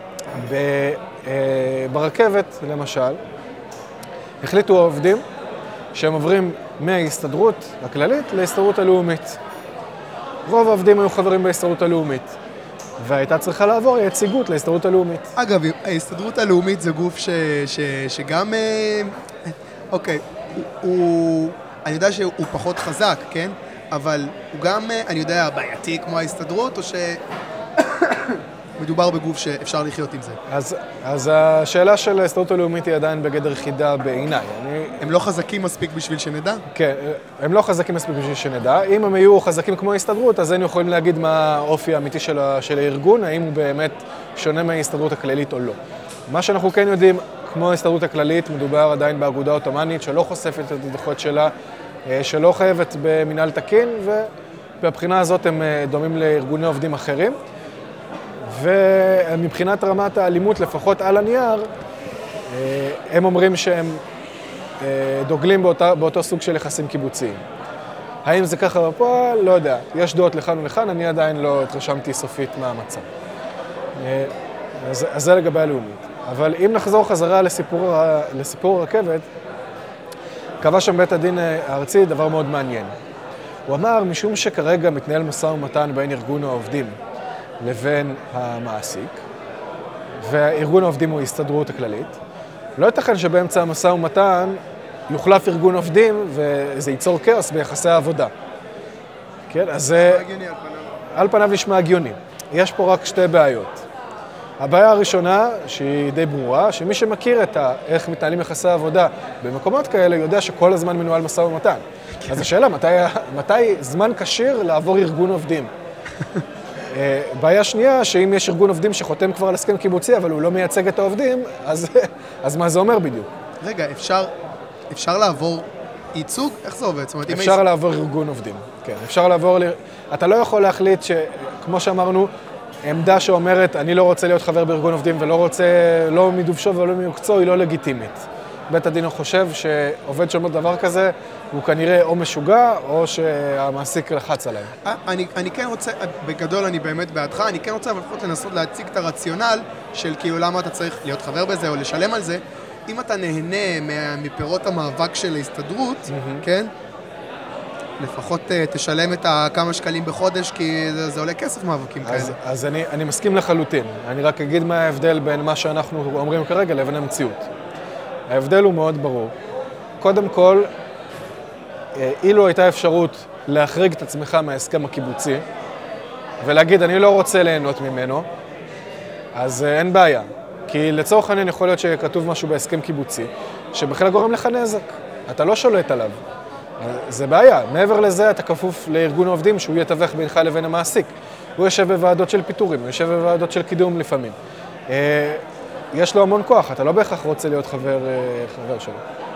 ברכבת, למשל, החליטו העובדים שהם עוברים מההסתדרות הכללית להסתדרות הלאומית. רוב העובדים היו חברים בהסתדרות הלאומית, והייתה צריכה לעבור יציגות להסתדרות הלאומית. אגב, ההסתדרות הלאומית זה גוף ש, ש, שגם... אוקיי, הוא... אני יודע שהוא פחות חזק, כן? אבל הוא גם, אני יודע, בעייתי כמו ההסתדרות, או שמדובר בגוף שאפשר לחיות עם זה? אז, אז השאלה של ההסתדרות הלאומית היא עדיין בגדר חידה בעיניי. אני... הם לא חזקים מספיק בשביל שנדע? כן, הם לא חזקים מספיק בשביל שנדע. אם הם היו חזקים כמו ההסתדרות, אז היינו יכולים להגיד מה האופי האמיתי של, של הארגון, האם הוא באמת שונה מההסתדרות הכללית או לא. מה שאנחנו כן יודעים, כמו ההסתדרות הכללית, מדובר עדיין באגודה אוטומנית שלא חושפת את הדוחות שלה, שלא חייבת במנהל תקין, ובבחינה הזאת הם דומים לארגוני עובדים אחרים. ומבחינת רמת האלימות, לפחות על הנייר, הם אומרים שהם דוגלים באותה, באותו סוג של יחסים קיבוציים. האם זה ככה בפועל? לא יודע. יש דעות לכאן ולכאן, אני עדיין לא התרשמתי סופית מהמצב. אז, אז זה לגבי הלאומית. אבל אם נחזור חזרה לסיפור, לסיפור הרכבת, קבע שם בית הדין הארצי דבר מאוד מעניין. הוא אמר, משום שכרגע מתנהל משא ומתן בין ארגון העובדים לבין המעסיק, וארגון העובדים הוא ההסתדרות הכללית, לא ייתכן שבאמצע המשא ומתן יוחלף ארגון עובדים וזה ייצור כאוס ביחסי העבודה. כן, אז זה... הגיוני על פניו. על פניו נשמע הגיוני. יש פה רק שתי בעיות. הבעיה הראשונה, שהיא די ברורה, שמי שמכיר את ה, איך מתנהלים יחסי העבודה במקומות כאלה, יודע שכל הזמן מנוהל משא ומתן. אז השאלה, מתי, מתי זמן קשיר לעבור ארגון עובדים? בעיה שנייה, שאם יש ארגון עובדים שחותם כבר על הסכם קיבוצי, אבל הוא לא מייצג את העובדים, אז, אז מה זה אומר בדיוק? רגע, אפשר, אפשר לעבור ייצוג? איך זה עובד? זאת אומרת, אפשר אם... לעבור ארגון עובדים, כן. אפשר לעבור... אתה לא יכול להחליט שכמו שאמרנו, עמדה שאומרת, אני לא רוצה להיות חבר בארגון עובדים ולא רוצה, לא מדובשו ולא ממקצוע, היא לא לגיטימית. בית הדין חושב שעובד שאומר דבר כזה, הוא כנראה או משוגע, או שהמעסיק לחץ עליהם. אני, אני כן רוצה, בגדול אני באמת בעדך, אני כן רוצה אבל לפחות לנסות להציג את הרציונל של כאילו למה אתה צריך להיות חבר בזה או לשלם על זה. אם אתה נהנה מפירות המאבק של ההסתדרות, mm-hmm. כן? לפחות תשלם את הכמה שקלים בחודש, כי זה, זה עולה כסף מאבקים אז, כאלה. אז אני, אני מסכים לחלוטין. אני רק אגיד מה ההבדל בין מה שאנחנו אומרים כרגע לבין המציאות. ההבדל הוא מאוד ברור. קודם כל, אילו הייתה אפשרות להחריג את עצמך מההסכם הקיבוצי, ולהגיד, אני לא רוצה ליהנות ממנו, אז אין בעיה. כי לצורך העניין יכול להיות שכתוב משהו בהסכם קיבוצי, שבכלל גורם לך נזק. אתה לא שולט עליו. זה בעיה. מעבר לזה, אתה כפוף לארגון העובדים שהוא יתווך בינך לבין המעסיק. הוא יושב בוועדות של פיטורים, הוא יושב בוועדות של קידום לפעמים. יש לו המון כוח, אתה לא בהכרח רוצה להיות חבר, חבר שלו.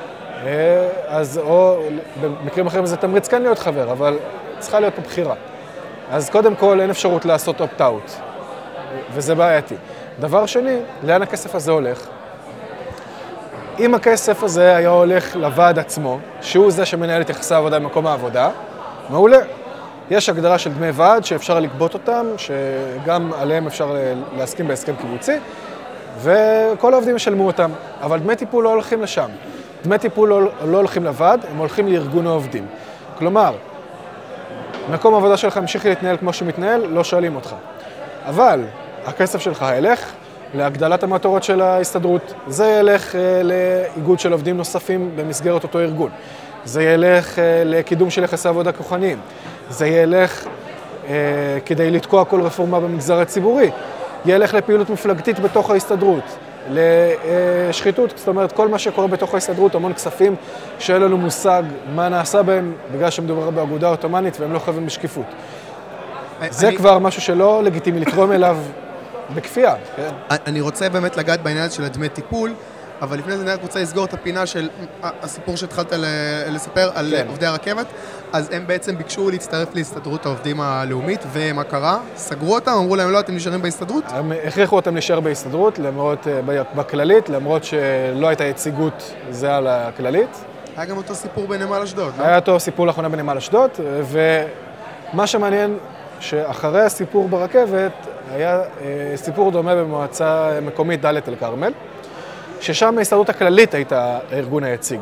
אז או במקרים אחרים זה תמריץ כן להיות חבר, אבל צריכה להיות פה בחירה. אז קודם כל אין אפשרות לעשות אופט-אוט, וזה בעייתי. דבר שני, לאן הכסף הזה הולך? אם הכסף הזה היה הולך לוועד עצמו, שהוא זה שמנהל את יחסי העבודה במקום העבודה, מעולה. יש הגדרה של דמי ועד שאפשר לגבות אותם, שגם עליהם אפשר להסכים בהסכם קיבוצי, וכל העובדים ישלמו אותם. אבל דמי טיפול לא הולכים לשם. דמי טיפול לא, לא הולכים לוועד, הם הולכים לארגון העובדים. כלומר, מקום העבודה שלך המשיך להתנהל כמו שמתנהל, לא שואלים אותך. אבל הכסף שלך ילך להגדלת המטרות של ההסתדרות. זה ילך אה, לאיגוד של עובדים נוספים במסגרת אותו ארגון. זה ילך אה, לקידום של יחסי עבודה כוחניים. זה ילך אה, כדי לתקוע כל רפורמה במגזר הציבורי. ילך לפעילות מפלגתית בתוך ההסתדרות. לשחיתות, זאת אומרת, כל מה שקורה בתוך ההסתדרות, המון כספים שאין לנו מושג מה נעשה בהם, בגלל שמדובר באגודה אוטומנית והם לא חייבים בשקיפות. זה כבר משהו שלא לגיטימי לתרום אליו בכפייה. אני רוצה באמת לגעת בעניין של הדמי טיפול, אבל לפני זה אני רק רוצה לסגור את הפינה של הסיפור שהתחלת לספר על עובדי הרכבת, אז הם בעצם ביקשו להצטרף להסתדרות העובדים הלאומית, ומה קרה? סגרו אותם, אמרו להם לא, אתם נשארים בהסתדרות? הם הכריחו אותם להישאר בהסתדרות, למרות, בכללית, למרות שלא הייתה יציגות זה על הכללית. היה גם אותו סיפור בנמל אשדוד, לא? היה אותו סיפור לאחרונה בנמל אשדוד, ומה שמעניין שאחרי הסיפור ברכבת היה סיפור דומה במועצה מקומית דלית אל כרמל, ששם ההסתדרות הכללית הייתה הארגון היציג.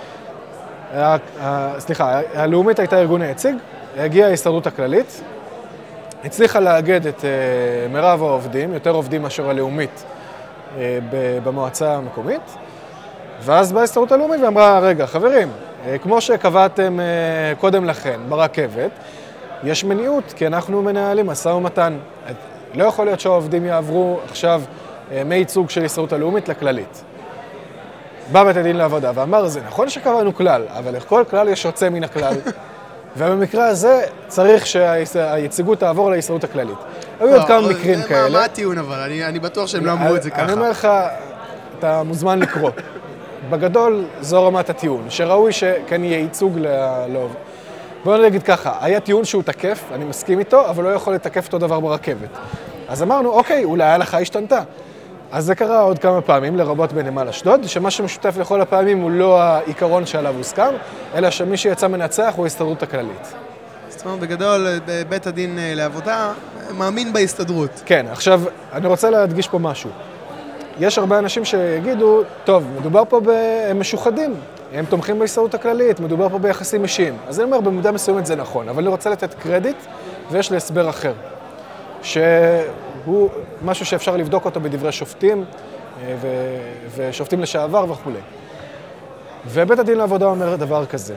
סליחה, הלאומית הייתה הארגון היציג, הגיעה ההסתדרות הכללית, הצליחה לאגד את מרב העובדים, יותר עובדים מאשר הלאומית במועצה המקומית, ואז באה ההסתדרות הלאומית ואמרה, רגע, חברים, כמו שקבעתם קודם לכן ברכבת, יש מניעות, כי אנחנו מנהלים משא ומתן. לא יכול להיות שהעובדים יעברו עכשיו מייצוג של ההסתדרות הלאומית לכללית. בא בית הדין לעבודה ואמר, זה נכון שקבענו כלל, אבל לכל כלל יש יוצא מן הכלל, ובמקרה הזה צריך שהיציגות תעבור להסתדרות הכללית. היו עוד כמה מקרים כאלה. מה הטיעון אבל? אני בטוח שהם לא אמרו את זה ככה. אני אומר לך, אתה מוזמן לקרוא. בגדול, זו רמת הטיעון, שראוי שכן יהיה ייצוג לעובד. בואו נגיד ככה, היה טיעון שהוא תקף, אני מסכים איתו, אבל לא יכול לתקף אותו דבר ברכבת. אז אמרנו, אוקיי, אולי ההלכה השתנתה. אז זה קרה עוד כמה פעמים, לרבות בנמל אשדוד, שמה שמשותף לכל הפעמים הוא לא העיקרון שעליו הוסכם, אלא שמי שיצא מנצח הוא ההסתדרות הכללית. זאת אומרת, בגדול, בית הדין לעבודה מאמין בהסתדרות. כן, עכשיו, אני רוצה להדגיש פה משהו. יש הרבה אנשים שיגידו, טוב, מדובר פה הם משוחדים, הם תומכים בהסתדרות הכללית, מדובר פה ביחסים אישיים. אז אני אומר, במידה מסוימת זה נכון, אבל אני רוצה לתת קרדיט, ויש לי הסבר אחר, שהוא משהו שאפשר לבדוק אותו בדברי שופטים, ו... ושופטים לשעבר וכו'. ובית הדין לעבודה אומר דבר כזה.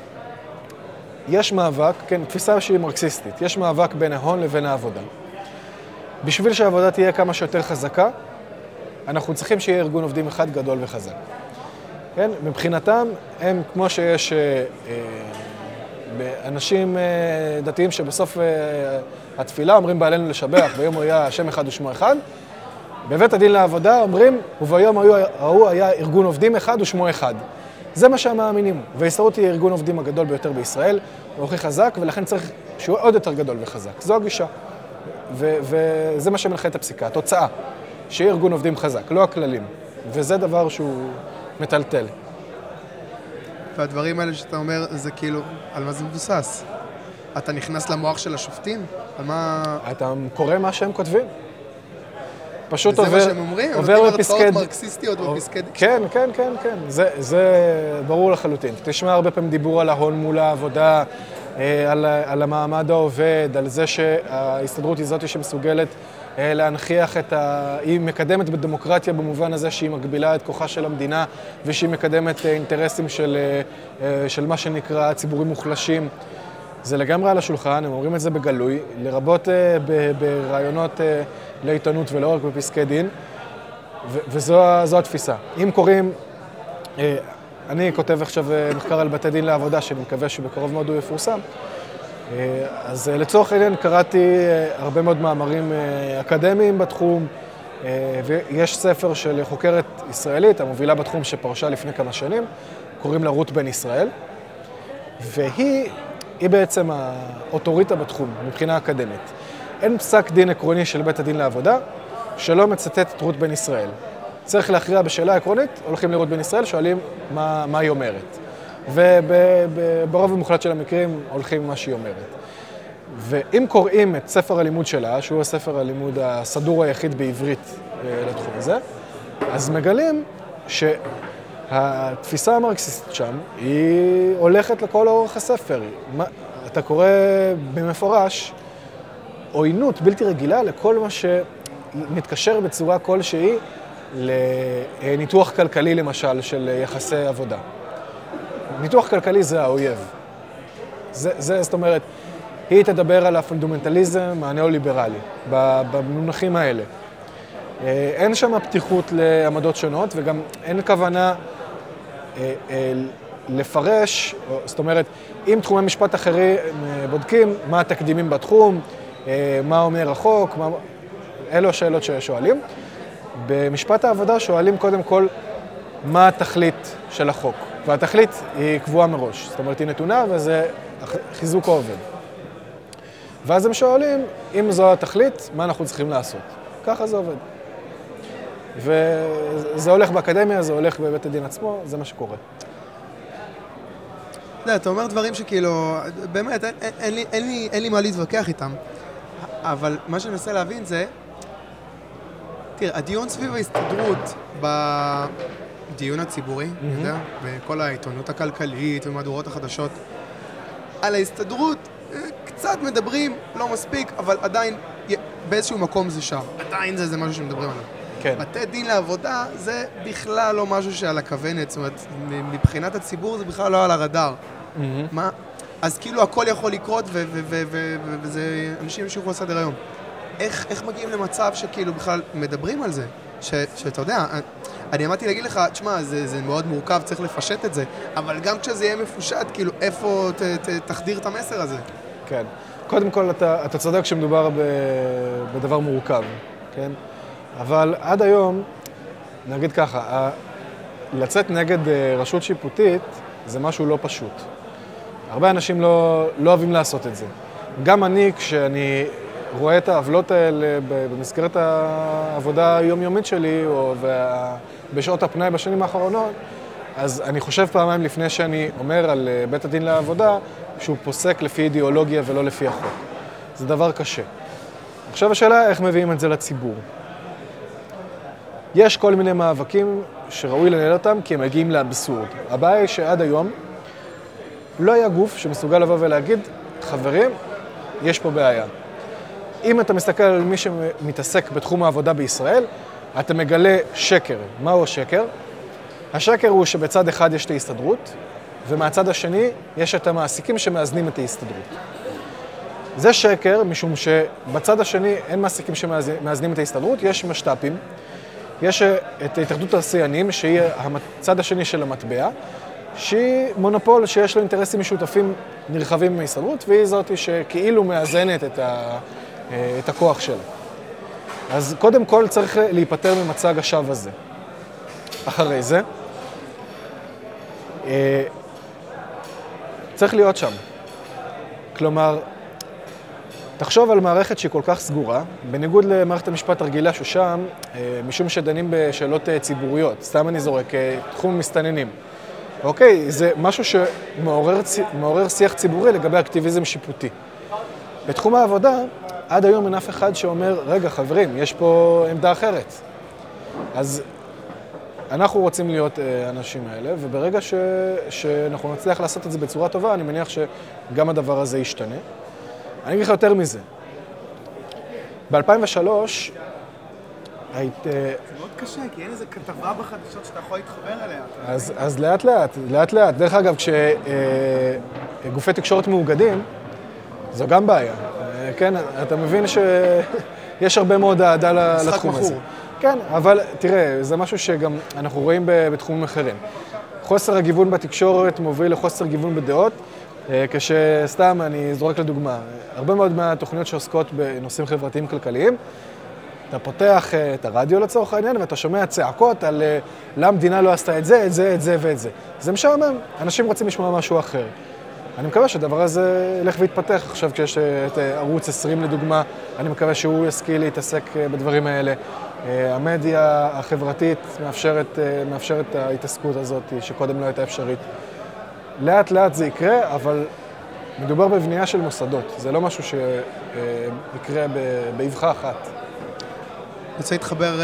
יש מאבק, כן, תפיסה שהיא מרקסיסטית, יש מאבק בין ההון לבין העבודה. בשביל שהעבודה תהיה כמה שיותר חזקה, אנחנו צריכים שיהיה ארגון עובדים אחד גדול וחזק. כן? מבחינתם, הם כמו שיש אה, אה, אנשים אה, דתיים שבסוף אה, התפילה אומרים בעלינו לשבח, ביום הוא היה השם אחד ושמו אחד. בבית הדין לעבודה אומרים, וביום ההוא היה ארגון עובדים אחד ושמו אחד. זה מה שהם מאמינים. וההסתדרות היא ארגון עובדים הגדול ביותר בישראל, הוא הכי חזק, ולכן צריך שהוא עוד יותר גדול וחזק. זו הגישה. ו- וזה מה שמנחה את הפסיקה, התוצאה. שיהיה ארגון עובדים חזק, לא הכללים. וזה דבר שהוא מטלטל. והדברים האלה שאתה אומר, זה כאילו, על מה זה מבוסס? אתה נכנס למוח של השופטים? על מה... אתה קורא מה שהם כותבים. פשוט עובר... וזה מה שהם אומרים? עובר בפסקד... בפסקד... מרקסיסטיות בפסקד... כן, כן, כן, כן. זה, זה ברור לחלוטין. תשמע הרבה פעמים דיבור על ההון מול העבודה, על, על המעמד העובד, על זה שההסתדרות היא זאת שמסוגלת להנכיח את ה... היא מקדמת בדמוקרטיה במובן הזה שהיא מגבילה את כוחה של המדינה ושהיא מקדמת אינטרסים של, של מה שנקרא ציבורים מוחלשים. זה לגמרי על השולחן, הם אומרים את זה בגלוי, לרבות ב- ברעיונות לעיתונות ולא רק בפסקי דין, ו- וזו התפיסה. אם קוראים, אני כותב עכשיו מחקר על בתי דין לעבודה, שאני מקווה שבקרוב מאוד הוא יפורסם, אז לצורך העניין קראתי הרבה מאוד מאמרים אקדמיים בתחום, ויש ספר של חוקרת ישראלית, המובילה בתחום שפרשה לפני כמה שנים, קוראים לה רות בן ישראל, והיא היא בעצם האוטוריטה בתחום מבחינה אקדמית. אין פסק דין עקרוני של בית הדין לעבודה שלא מצטט את רות בן ישראל. צריך להכריע בשאלה עקרונית, הולכים לרות בן ישראל, שואלים מה, מה היא אומרת. וברוב המוחלט של המקרים הולכים מה שהיא אומרת. ואם קוראים את ספר הלימוד שלה, שהוא הספר הלימוד הסדור היחיד בעברית לתחום הזה, אז מגלים שהתפיסה המרקסיסטית שם היא הולכת לכל אורך הספר. מה, אתה קורא במפורש עוינות בלתי רגילה לכל מה שמתקשר בצורה כלשהי לניתוח כלכלי למשל של יחסי עבודה. ניתוח כלכלי זה האויב. זה, זה, זאת אומרת, היא תדבר על הפונדמנטליזם הניאו-ליברלי, במונחים האלה. אין שם פתיחות לעמדות שונות, וגם אין כוונה לפרש, זאת אומרת, אם תחומי משפט אחרים בודקים מה התקדימים בתחום, מה אומר החוק, מה... אלו השאלות ששואלים. במשפט העבודה שואלים קודם כל מה התכלית של החוק, והתכלית היא קבועה מראש, זאת אומרת היא נתונה וזה חיזוק העובד. ואז הם שואלים, אם זו התכלית, מה אנחנו צריכים לעשות? ככה זה עובד. וזה הולך באקדמיה, זה הולך בבית הדין עצמו, זה מה שקורה. אתה אומר דברים שכאילו, באמת, אין, אין, לי, אין, לי, אין לי מה להתווכח איתם, אבל מה שאני מנסה להבין זה, תראה, הדיון סביב ההסתדרות בדיון הציבורי, mm-hmm. יודע, בכל העיתונות הכלכלית ומהדורות החדשות, על ההסתדרות קצת מדברים, לא מספיק, אבל עדיין באיזשהו מקום זה שם. עדיין זה, זה משהו שמדברים עליו. כן. בתי דין לעבודה זה בכלל לא משהו שעל הכוונת, זאת אומרת, מבחינת הציבור זה בכלל לא על הרדאר. Mm-hmm. מה? אז כאילו הכל יכול לקרות ו- ו- ו- ו- ו- וזה אנשים ימשיכו לסדר היום. איך, איך מגיעים למצב שכאילו בכלל מדברים על זה? ש, שאתה יודע, אני אמרתי להגיד לך, תשמע, זה, זה מאוד מורכב, צריך לפשט את זה, אבל גם כשזה יהיה מפושט, כאילו, איפה ת, ת, תחדיר את המסר הזה? כן. קודם כל, אתה, אתה צודק שמדובר ב, בדבר מורכב, כן? אבל עד היום, נגיד ככה, לצאת נגד רשות שיפוטית זה משהו לא פשוט. הרבה אנשים לא, לא אוהבים לעשות את זה. גם אני, כשאני רואה את העוולות האלה במסגרת העבודה היומיומית שלי, או בשעות הפנאי בשנים האחרונות, אז אני חושב פעמיים לפני שאני אומר על בית הדין לעבודה, שהוא פוסק לפי אידיאולוגיה ולא לפי החוק. זה דבר קשה. עכשיו השאלה איך מביאים את זה לציבור. יש כל מיני מאבקים שראוי לנהל אותם כי הם מגיעים לאבסורד. הבעיה היא שעד היום לא היה גוף שמסוגל לבוא ולהגיד, חברים, יש פה בעיה. אם אתה מסתכל על מי שמתעסק בתחום העבודה בישראל, אתה מגלה שקר. מהו השקר? השקר הוא שבצד אחד יש את ההסתדרות, ומהצד השני יש את המעסיקים שמאזנים את ההסתדרות. זה שקר, משום שבצד השני אין מעסיקים שמאזנים את ההסתדרות, יש משת"פים, יש את התאחדות התעשיינים, שהיא הצד השני של המטבע, שהיא מונופול שיש לו אינטרסים משותפים נרחבים מההסתדרות, והיא זאת שכאילו מאזנת את, ה, את הכוח שלה. אז קודם כל צריך להיפטר ממצג השווא הזה. אחרי זה, צריך להיות שם. כלומר, תחשוב על מערכת שהיא כל כך סגורה, בניגוד למערכת המשפט הרגילה ששם, משום שדנים בשאלות ציבוריות, סתם אני זורק, תחום מסתננים. אוקיי, זה משהו שמעורר מעורר שיח ציבורי לגבי אקטיביזם שיפוטי. בתחום העבודה, עד היום אין אף אחד שאומר, רגע חברים, יש פה עמדה אחרת. אז אנחנו רוצים להיות האנשים האלה, וברגע ש... שאנחנו נצליח לעשות את זה בצורה טובה, אני מניח שגם הדבר הזה ישתנה. אני אגיד לך יותר מזה. ב-אלפיים ושלוש היית... זה מאוד קשה, כי אין איזה כתבה בחדשות שאתה יכול להתחבר אליה. אז, אז לאט לאט, לאט לאט. דרך אגב, כשגופי תקשורת מאוגדים, זו גם בעיה. כן, אתה מבין שיש הרבה מאוד אהדה לתחום הזה. כן, אבל תראה, זה משהו שגם אנחנו רואים בתחומים אחרים. חוסר הגיוון בתקשורת מוביל לחוסר גיוון בדעות, כשסתם, אני זורק לדוגמה, הרבה מאוד מהתוכניות שעוסקות בנושאים חברתיים כלכליים, אתה פותח את הרדיו לצורך העניין, ואתה שומע צעקות על למה המדינה לא עשתה את זה, את זה, את זה ואת זה. זה משעמם, אנשים רוצים לשמוע משהו אחר. אני מקווה שהדבר הזה ילך ויתפתח. עכשיו כשיש את ערוץ עשרים לדוגמה, אני מקווה שהוא ישכיל להתעסק בדברים האלה. המדיה החברתית מאפשרת, מאפשרת את ההתעסקות הזאת, שקודם לא הייתה אפשרית. לאט לאט זה יקרה, אבל מדובר בבנייה של מוסדות. זה לא משהו שיקרה באבחה אחת. אני רוצה להתחבר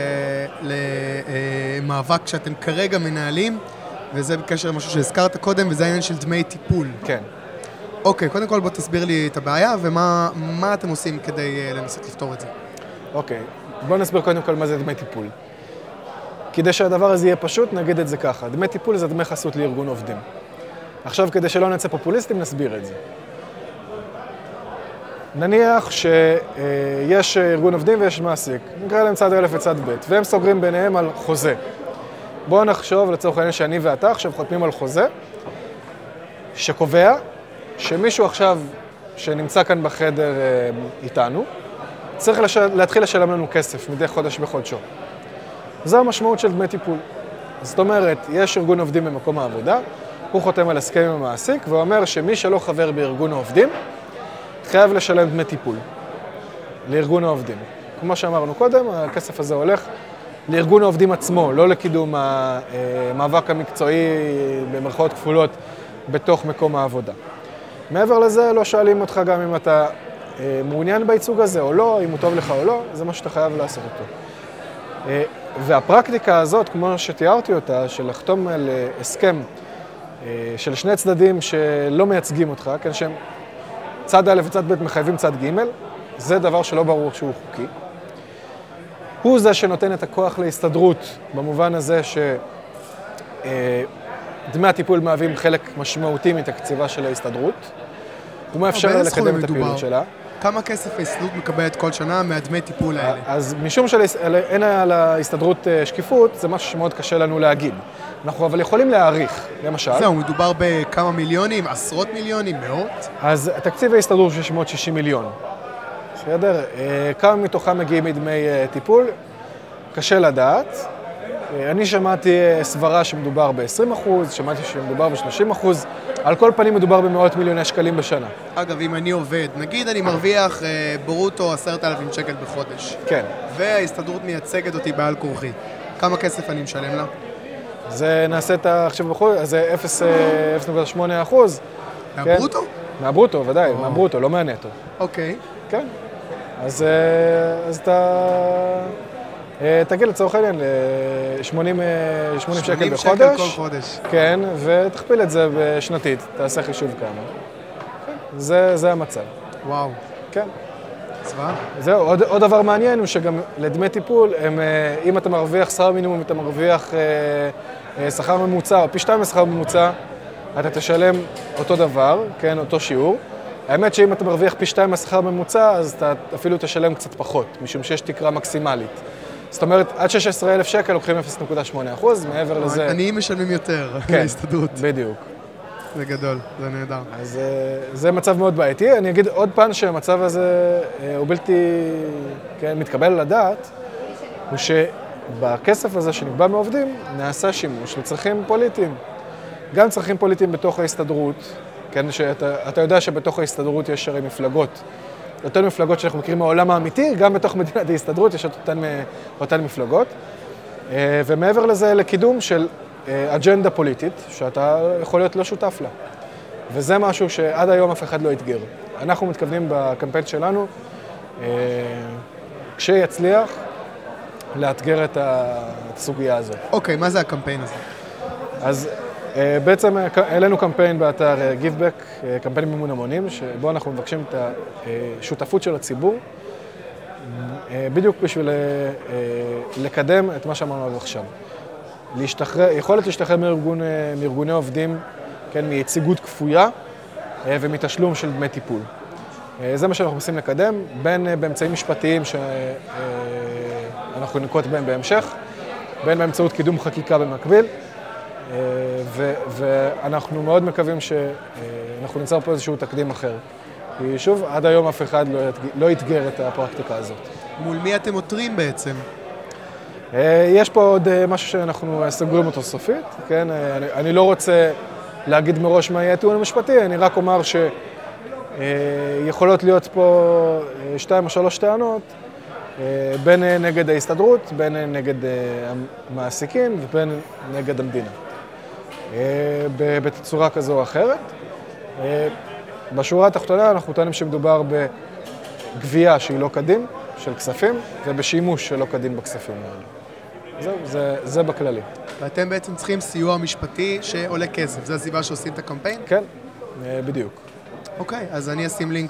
למאבק שאתם כרגע מנהלים, וזה בקשר למשהו שהזכרת קודם, וזה העניין של דמי טיפול. כן. אוקיי, קודם כל בוא תסביר לי את הבעיה, ומה מה אתם עושים כדי לנסות לפתור את זה. אוקיי, בוא נסביר קודם כל מה זה דמי טיפול. כדי שהדבר הזה יהיה פשוט, נגיד את זה ככה. דמי טיפול זה דמי חסות לארגון עובדים. עכשיו, כדי שלא נצא פופוליסטים, נסביר את זה. נניח שיש ארגון עובדים ויש מעסיק, נקרא להם צד א' וצד ב', והם סוגרים ביניהם על חוזה. בואו נחשוב לצורך העניין שאני ואתה עכשיו חותמים על חוזה, שקובע שמישהו עכשיו שנמצא כאן בחדר איתנו, צריך לש... להתחיל לשלם לנו כסף מדי חודש בחודשו. זו המשמעות של דמי טיפול. זאת אומרת, יש ארגון עובדים במקום העבודה, הוא חותם על הסכם עם המעסיק, ואומר שמי שלא חבר בארגון העובדים, חייב לשלם דמי טיפול לארגון העובדים. כמו שאמרנו קודם, הכסף הזה הולך לארגון העובדים עצמו, לא לקידום המאבק המקצועי במרכאות כפולות בתוך מקום העבודה. מעבר לזה, לא שואלים אותך גם אם אתה מעוניין בייצוג הזה או לא, אם הוא טוב לך או לא, זה מה שאתה חייב לעשות אותו. והפרקטיקה הזאת, כמו שתיארתי אותה, של לחתום על הסכם של שני צדדים שלא מייצגים אותך, כן, שהם צד א' וצד ב' מחייבים צד ג', זה דבר שלא ברור שהוא חוקי. הוא זה שנותן את הכוח להסתדרות, במובן הזה שדמי הטיפול מהווים חלק משמעותי מתקציבה של ההסתדרות. הוא מאפשר לה לקדם את הפעילות שלה. כמה כסף ההסתדרות מקבלת כל שנה מהדמי טיפול האלה? אז משום שאין על ההסתדרות שקיפות, זה משהו שמאוד קשה לנו להגיד. אנחנו אבל יכולים להעריך, למשל. זהו, מדובר בכמה מיליונים, עשרות מיליונים, מאות? אז תקציב ההסתדרות הוא שש מאות ושישים מיליון. בסדר? כמה מתוכם מגיעים מדמי טיפול? קשה לדעת. אני שמעתי סברה שמדובר ב-עשרים אחוז, שמעתי שמדובר ב-שלושים אחוז. על כל פנים מדובר במאות מיליוני שקלים בשנה. אגב, אם אני עובד, נגיד אני מרוויח ברוטו עשרת אלפים שקל בחודש. כן. וההסתדרות מייצגת אותי בעל כורחי. כמה כסף אני משלם לה? זה נעשה את עכשיו בחודש, אז זה אפס נקודה שמונה אחוז. מהברוטו? מהברוטו, ודאי, מהברוטו, לא מהנטו. אוקיי. כן. אז אתה תגיע לצורך העניין ל-שמונים שקל בחודש. שמונים שקל כל חודש. כן, ותכפיל את זה בשנתית, תעשה חישוב כמה. זה המצב. וואו. כן. צבא? זהו, עוד, עוד דבר מעניין הוא שגם לדמי טיפול, הם, אם אתה מרוויח שכר מינימום, אתה מרוויח אה, שכר ממוצע, או פי שתיים לשכר ממוצע, אתה תשלם אותו דבר, כן, אותו שיעור. האמת שאם אתה מרוויח פי שתיים לשכר ממוצע, אז אתה אפילו תשלם קצת פחות, משום שיש תקרה מקסימלית. זאת אומרת, עד שש עשרה אלף שקל לוקחים אפס נקודה שמונה אחוז, מעבר לזה... עניים משלמים יותר, כן, להסתדרות. בדיוק. זה גדול, זה נהדר. אז זה מצב מאוד בעייתי. אני אגיד עוד פעם שהמצב הזה הוא בלתי, כן, מתקבל על הדעת, הוא שבכסף הזה שנקבע מעובדים נעשה שימוש לצרכים פוליטיים. גם צרכים פוליטיים בתוך ההסתדרות, כן, שאתה, אתה יודע שבתוך ההסתדרות יש הרי מפלגות, אותן מפלגות שאנחנו מכירים מהעולם האמיתי, גם בתוך מדינת ההסתדרות יש אותן, אותן מפלגות. ומעבר לזה לקידום של אג'נדה פוליטית, שאתה יכול להיות לא שותף לה. וזה משהו שעד היום אף אחד לא יתגר. אנחנו מתכוונים בקמפיין שלנו, כשיצליח, לאתגר את הסוגיה הזאת. אוקיי, מה זה הקמפיין הזה? אז בעצם העלינו קמפיין באתר GiveBack, קמפיין מימון המונים, שבו אנחנו מבקשים את השותפות של הציבור, בדיוק בשביל לקדם את מה שאמרנו עד עכשיו. להשתחרר, יכולת להשתחרר מארגון, מארגוני עובדים, כן, מיציגות כפויה ומתשלום של דמי טיפול. זה מה שאנחנו מנסים לקדם, בין באמצעים משפטיים שאנחנו ננקוט בהם בהמשך, בין באמצעות קידום חקיקה במקביל, ואנחנו מאוד מקווים שאנחנו ניצור פה איזשהו תקדים אחר. כי שוב, עד היום אף אחד לא יתגר את הפרקטיקה הזאת. מול מי אתם עותרים בעצם? יש פה עוד משהו שאנחנו סוגרים אותו סופית, כן? אני, אני לא רוצה להגיד מראש מה יהיה הטיעון המשפטי, אני רק אומר שיכולות להיות פה שתיים או שלוש טענות, בין נגד ההסתדרות, בין נגד המעסיקים ובין נגד המדינה. בצורה כזו או אחרת. בשורה התחתונה אנחנו טוענים שמדובר בגבייה שהיא לא כדין, של כספים, ובשימוש שלא כדין בכספים האלה. זהו, זה, זה בכללי. ואתם בעצם צריכים סיוע משפטי שעולה כסף, זו הסיבה שעושים את הקמפיין? כן, בדיוק. אוקיי, אז אני אשים לינק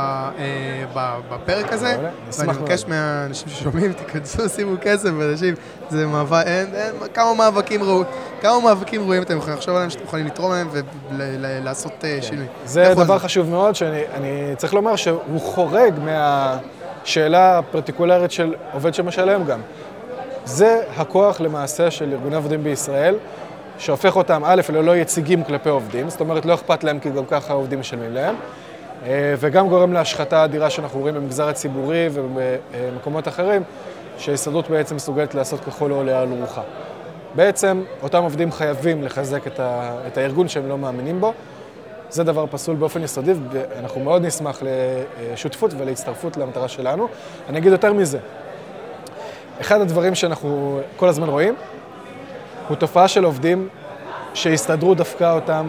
בפרק הזה, ואני מבקש מהאנשים ששומעים, תיכנסו, שימו כסף, ואנשים, זה מאבק, כמה מאבקים ראו, כמה מאבקים רואים אתם יכולים לחשוב עליהם, שאתם יכולים לתרום להם ולעשות שינוי. זה דבר חשוב מאוד, שאני צריך לומר שהוא חורג מהשאלה הפרטיקולרית של עובד שמשלם גם. זה הכוח למעשה של ארגוני עובדים בישראל, שהופך אותם א' ללא יציגים כלפי עובדים, זאת אומרת לא אכפת להם כי גם ככה העובדים משלמים להם, וגם גורם להשחתה אדירה שאנחנו רואים במגזר הציבורי ובמקומות אחרים, שההסתדרות בעצם מסוגלת לעשות ככל העולה על רוחה. בעצם אותם עובדים חייבים לחזק את, ה, את הארגון שהם לא מאמינים בו, זה דבר פסול באופן יסודי, ואנחנו מאוד נשמח לשותפות ולהצטרפות למטרה שלנו. אני אגיד יותר מזה, אחד הדברים שאנחנו כל הזמן רואים, הוא תופעה של עובדים שהסתדרו דווקא אותם,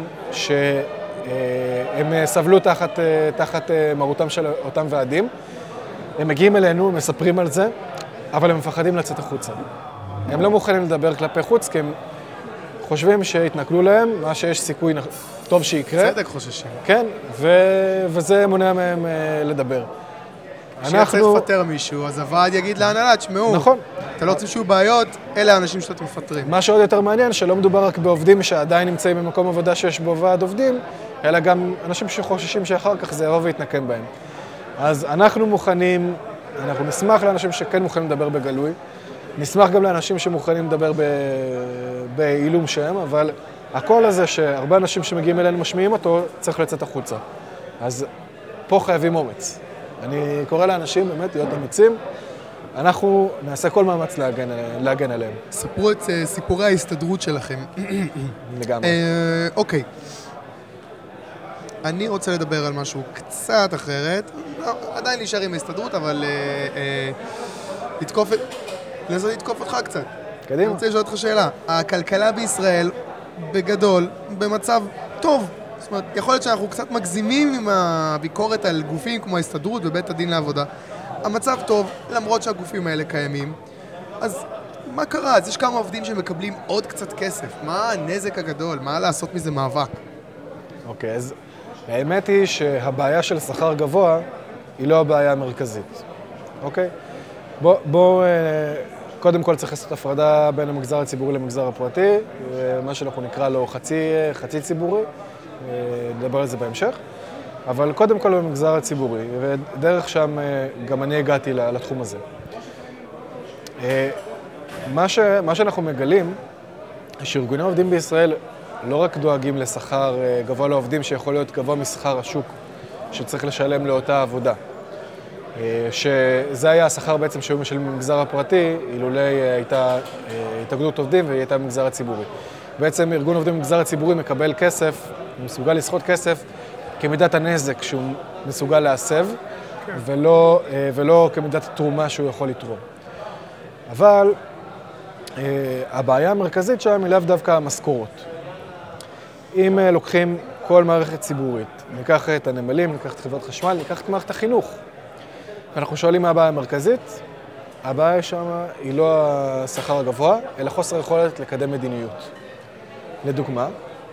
שהם סבלו תחת, תחת מרותם של אותם ועדים. הם מגיעים אלינו, מספרים על זה, אבל הם מפחדים לצאת החוצה. הם לא מוכנים לדבר כלפי חוץ, כי הם חושבים שהתנכלו להם, מה שיש סיכוי טוב שיקרה. צדק חוששים. כן, ו- וזה מונע מהם לדבר. כשצריך לפטר מישהו, אז הוועד יגיד להנהלה, תשמעו, נכון. אתה לא רוצה שיהיו בעיות, אלה האנשים שאתם מפטרים. מה שעוד יותר מעניין, שלא מדובר רק בעובדים שעדיין נמצאים במקום עבודה שיש בו ועד עובדים, אלא גם אנשים שחוששים שאחר כך זה יבוא ויתנקם בהם. אז אנחנו מוכנים, אנחנו נשמח לאנשים שכן מוכנים לדבר בגלוי, נשמח גם לאנשים שמוכנים לדבר ב... בעילום שם, אבל הקול הזה שהרבה אנשים שמגיעים אלינו משמיעים אותו, צריך לצאת החוצה. אז פה חייבים אומץ. אני קורא לאנשים באמת להיות אמיצים, אנחנו נעשה כל מאמץ להגן, להגן עליהם. ספרו את סיפורי ההסתדרות שלכם. לגמרי. אוקיי. אני רוצה לדבר על משהו קצת אחרת. עדיין נשאר עם ההסתדרות, אבל לתקוף את... לנסות לתקוף אותך קצת. קדימה. אני רוצה לשאול אותך שאלה. הכלכלה בישראל, בגדול, במצב טוב. זאת אומרת, יכול להיות שאנחנו קצת מגזימים עם הביקורת על גופים כמו ההסתדרות ובית הדין לעבודה. המצב טוב, למרות שהגופים האלה קיימים. אז מה קרה? אז יש כמה עובדים שמקבלים עוד קצת כסף. מה הנזק הגדול? מה לעשות מזה מאבק? אוקיי, אז האמת היא שהבעיה של שכר גבוה היא לא הבעיה המרכזית. אוקיי? בוא, בוא, קודם כל צריך לעשות הפרדה בין המגזר הציבורי למגזר הפרטי, מה שאנחנו נקרא לו חצי, חצי ציבורי. נדבר על זה בהמשך, אבל קודם כל במגזר הציבורי, ודרך שם גם אני הגעתי לתחום הזה. מה, ש, מה שאנחנו מגלים, שארגוני עובדים בישראל לא רק דואגים לשכר גבוה לעובדים שיכול להיות גבוה משכר השוק שצריך לשלם לאותה עבודה, שזה היה השכר בעצם שהיו משלמים במגזר הפרטי, אילולא הייתה התאגדות עובדים והיא הייתה במגזר הציבורי. בעצם ארגון עובדים במגזר הציבורי מקבל כסף, הוא מסוגל לסחוט כסף כמידת הנזק שהוא מסוגל להסב, כן. ולא, ולא כמידת התרומה שהוא יכול לתרום. אבל הבעיה המרכזית שם היא לאו דווקא המשכורות. אם לוקחים כל מערכת ציבורית, ניקח את הנמלים, ניקח את חברת חשמל, ניקח את מערכת החינוך. ואנחנו שואלים מה הבעיה המרכזית, הבעיה שם היא לא השכר הגבוה, אלא חוסר יכולת לקדם מדיניות. לדוגמה,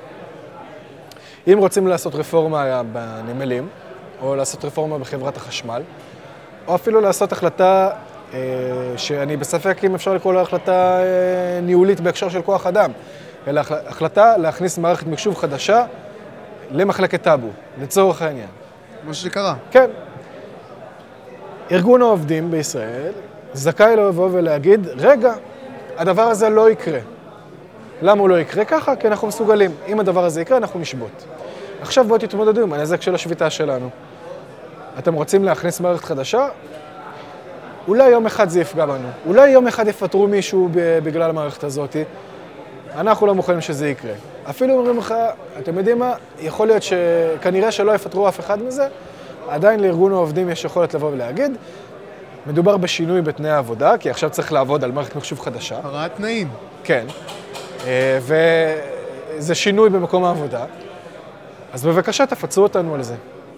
אם רוצים לעשות רפורמה בנמלים, או לעשות רפורמה בחברת החשמל, או אפילו לעשות החלטה אה, שאני בספק אם אפשר לקרוא לה החלטה אה, ניהולית בהקשר של כוח אדם, אלא החלטה להכניס מערכת מחשוב חדשה למחלקת טאבו, לצורך העניין. מה שקרה. כן, ארגון העובדים בישראל זכאי לבוא ולהגיד, רגע, הדבר הזה לא יקרה. למה הוא לא יקרה ככה? כי אנחנו מסוגלים. אם הדבר הזה יקרה, אנחנו נשבות. עכשיו בואו תתמודדו עם הנזק של השביתה שלנו. אתם רוצים להכניס מערכת חדשה? אולי יום אחד זה יפגע בנו. אולי יום אחד יפטרו מישהו בגלל המערכת הזאת. אנחנו לא מוכנים שזה יקרה. אפילו אומרים לך, אתם יודעים מה? יכול להיות שכנראה שלא יפטרו אף אחד מזה, עדיין לארגון העובדים יש יכולת לבוא ולהגיד, מדובר בשינוי בתנאי העבודה, כי עכשיו צריך לעבוד על מערכת מחשוב חדשה. הרעת תנאים. כן. וזה שינוי במקום העבודה. אז בבקשה תפצו אותנו על זה.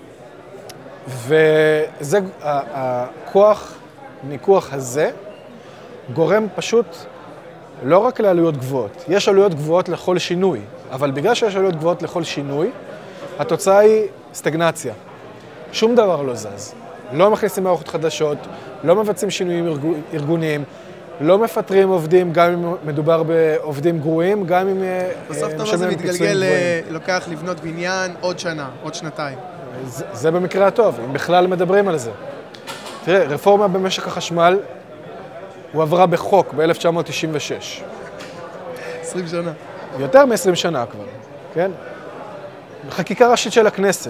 וזה, הכוח, מיקוח הזה, גורם פשוט לא רק לעלויות גבוהות. יש עלויות גבוהות לכל שינוי, אבל בגלל שיש עלויות גבוהות לכל שינוי, התוצאה היא סטגנציה. שום דבר לא זז. לא מכניסים מערכות חדשות, לא מבצעים שינויים ארגוניים, לא מפטרים עובדים, גם אם מדובר בעובדים גרועים, גם אם בסוף תמה זה מתגלגל, לוקח לבנות בניין עוד שנה, עוד שנתיים. זה, זה במקרה הטוב, אם בכלל מדברים על זה. תראה, רפורמה במשק החשמל, הוא עברה בחוק ב-אלף תשע מאות תשעים ושש. עשרים שנה. יותר מ-עשרים שנה כבר, כן? חקיקה ראשית של הכנסת.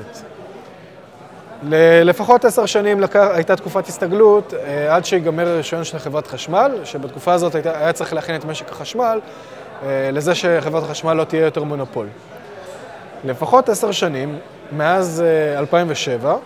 לפחות עשר שנים הייתה תקופת הסתגלות, עד שיגמר רישיון של חברת חשמל, שבתקופה הזאת היה צריך להכין את משק החשמל, לזה שחברת החשמל לא תהיה יותר מונופול. לפחות עשר שנים, מאז אלפיים ושבע,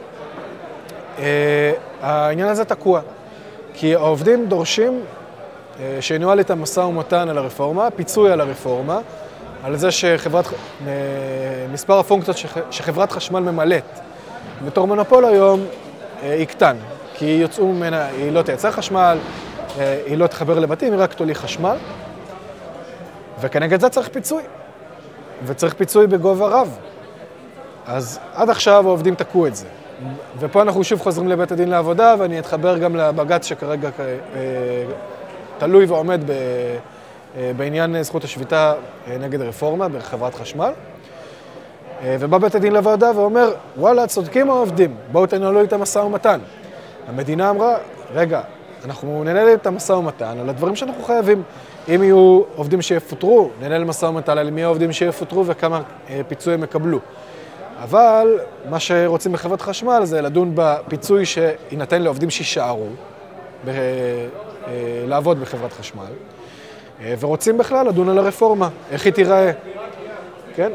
העניין הזה תקוע. כי העובדים דורשים שינוהל את המשא ומתן על הרפורמה, פיצוי על הרפורמה, על זה שחברת, מספר הפונקציות שחברת חשמל ממלאת, בתור מונופול היום היא קטן, כי היא יוצאו ממנה, היא לא תייצר חשמל, היא לא תחבר לבתים, היא רק תוליך חשמל, וכנגד זה צריך פיצוי, וצריך פיצוי בגובה רב. אז עד עכשיו העובדים תקעו את זה. ופה אנחנו שוב חוזרים לבית הדין לעבודה, ואני אתחבר גם לבג"ץ שכרגע תלוי ועומד בעניין זכות השביתה נגד הרפורמה בחברת חשמל. ובא בית הדין לעבודה ואומר, וואלה, צודקים העובדים, בואו תנהלו את המשא ומתן. המדינה אמרה, רגע, אנחנו ננהל את המשא ומתן על הדברים שאנחנו חייבים. אם יהיו עובדים שיפוטרו, ננהל משא ומתן על מי העובדים שיפוטרו וכמה פיצוי הם יקבלו. אבל מה שרוצים בחברת חשמל זה לדון בפיצוי שיינתן לעובדים שישארו ב- לעבוד בחברת חשמל, ורוצים בכלל לדון על הרפורמה, איך היא תיראה. כן?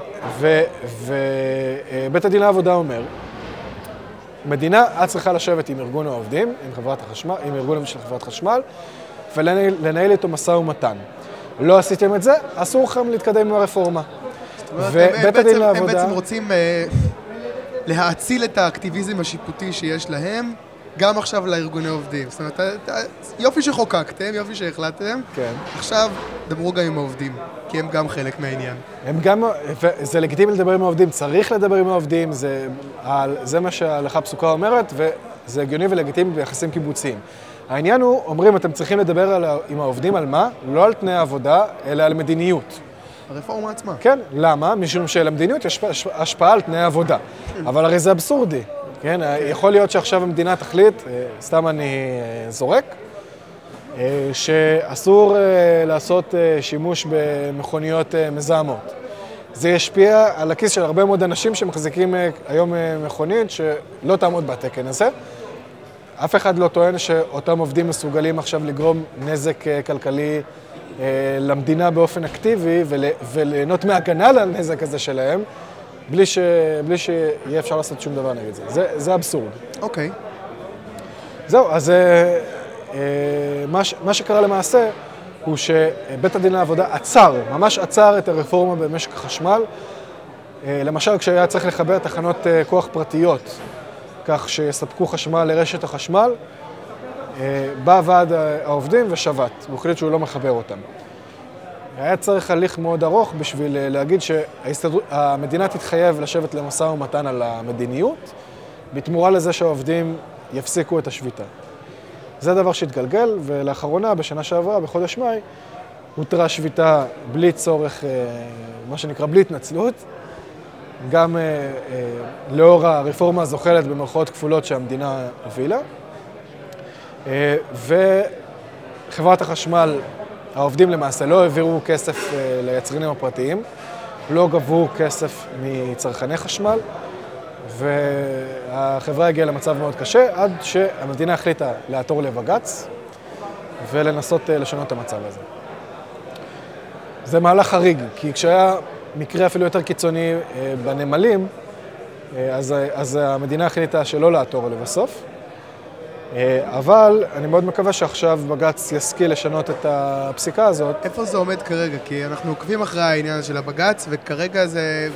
ובית הדין לעבודה אומר, מדינה, את צריכה לשבת עם ארגון העובדים, עם חברת החשמל, עם ארגון של חברת חשמל, ולנהל איתו משא ומתן. לא עשיתם את זה, אסור לכם להתקדם עם הרפורמה. ובית הדין לעבודה... הם בעצם רוצים להאציל את האקטיביזם השיפוטי שיש להם, גם עכשיו לארגוני עובדים. זאת אומרת, יופי שחוקקתם, יופי שהחלטתם, כן. עכשיו דברו גם עם העובדים, כי הם גם חלק מהעניין. הם גם, זה לגיטימי לדבר עם העובדים, צריך לדבר עם העובדים, זה, זה מה שההלכה הפסוקה אומרת, וזה הגיוני ולגיטימי ביחסים קיבוציים. העניין הוא, אומרים, אתם צריכים לדבר על, עם העובדים על מה? לא על תנאי העבודה, אלא על מדיניות. הרפורמה עצמה. כן, למה? משום שלמדיניות יש השפעה על תנאי העבודה. אבל הרי זה אבסורדי. כן, יכול להיות שעכשיו המדינה תחליט, סתם אני זורק, שאסור לעשות שימוש במכוניות מזהמות. זה ישפיע על הכיס של הרבה מאוד אנשים שמחזיקים היום מכונית שלא תעמוד בתקן הזה. אף אחד לא טוען שאותם עובדים מסוגלים עכשיו לגרום נזק כלכלי למדינה באופן אקטיבי וליהנות מהגנה לנזק הזה שלהם, בלי ש... בלי שיהיה אפשר לעשות שום דבר נגד זה. זה, זה אבסורד. אוקיי. זהו, אז אה, מה, ש... מה שקרה למעשה הוא שבית הדין לעבודה עצר, ממש עצר את הרפורמה במשק החשמל. אה, למשל, כשהיה צריך לחבר תחנות אה, כוח פרטיות, כך שיספקו חשמל לרשת החשמל, אה, בא ועד העובדים ושבת, הוא החליט שהוא לא מחבר אותם. היה צריך הליך מאוד ארוך בשביל להגיד שהמדינה תתחייב לשבת למשא ומתן על המדיניות, בתמורה לזה שהעובדים יפסיקו את השביתה. זה דבר שהתגלגל, ולאחרונה, בשנה שעברה, בחודש מאי, הותרה שביתה בלי צורך, מה שנקרא, בלי התנצלות, גם לאור הרפורמה הזוחלת במרכאות כפולות שהמדינה הובילה. וחברת החשמל, העובדים למעשה לא העבירו כסף ליצרנים הפרטיים, לא גבו כסף מצרכני חשמל, והחברה הגיעה למצב מאוד קשה, עד שהמדינה החליטה לעתור לבג"ץ ולנסות לשנות את המצב הזה. זה מהלך חריג, כי כשהיה מקרה אפילו יותר קיצוני בנמלים, אז, אז המדינה החליטה שלא לעתור לבסוף. אבל אני מאוד מקווה שעכשיו בג"ץ ישכיל לשנות את הפסיקה הזאת. איפה זה עומד כרגע? כי אנחנו עוקבים אחרי העניין של הבג"ץ, וכרגע זה...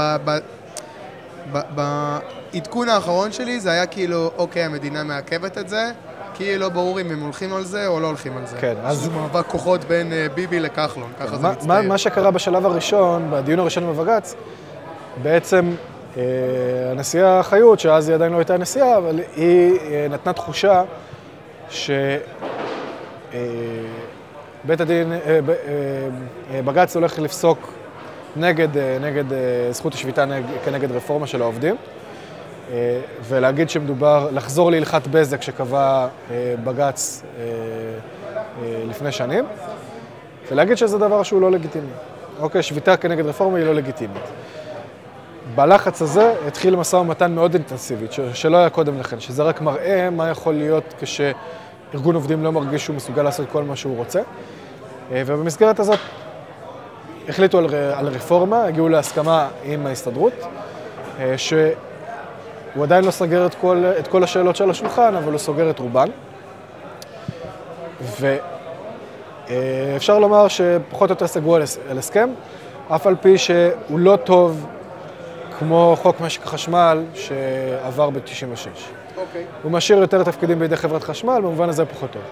בעדכון האחרון שלי זה היה כאילו, אוקיי, המדינה מעכבת את זה, כי לא ברור אם הם הולכים על זה או לא הולכים על זה. כן, אז... זה מאבק כוחות בין ביבי לכחלון, ככה כן, זה מה, מצטער. מה שקרה בשלב הראשון, בדיון הראשון בבג"ץ, בעצם אה, הנשיאה חיות, שאז היא עדיין לא הייתה נשיאה, אבל היא אה, נתנה תחושה שבית אה, הדין, אה, ב, אה, בג"ץ הולך לפסוק נגד, אה, נגד אה, זכות השביתה נג, כנגד רפורמה של העובדים. ולהגיד שמדובר לחזור להלכת בזק שקבע בג"ץ לפני שנים, ולהגיד שזה דבר שהוא לא לגיטימי. אוקיי, שביתה כנגד רפורמה היא לא לגיטימית. בלחץ הזה התחיל משא ומתן מאוד אינטנסיבית, שלא היה קודם לכן, שזה רק מראה מה יכול להיות כשארגון עובדים לא מרגיש שהוא מסוגל לעשות כל מה שהוא רוצה. ובמסגרת הזאת החליטו על, על רפורמה, הגיעו להסכמה עם ההסתדרות, ש... הוא עדיין לא סוגר את כל, את כל השאלות של השולחן, אבל הוא סוגר את רובן. ואפשר לומר שפחות או יותר סגרו על, על הסכם, אף על פי שהוא לא טוב כמו חוק משק החשמל שעבר ב-תשעים ושש. אוקיי. הוא משאיר יותר תפקידים בידי חברת חשמל, במובן הזה פחות טוב.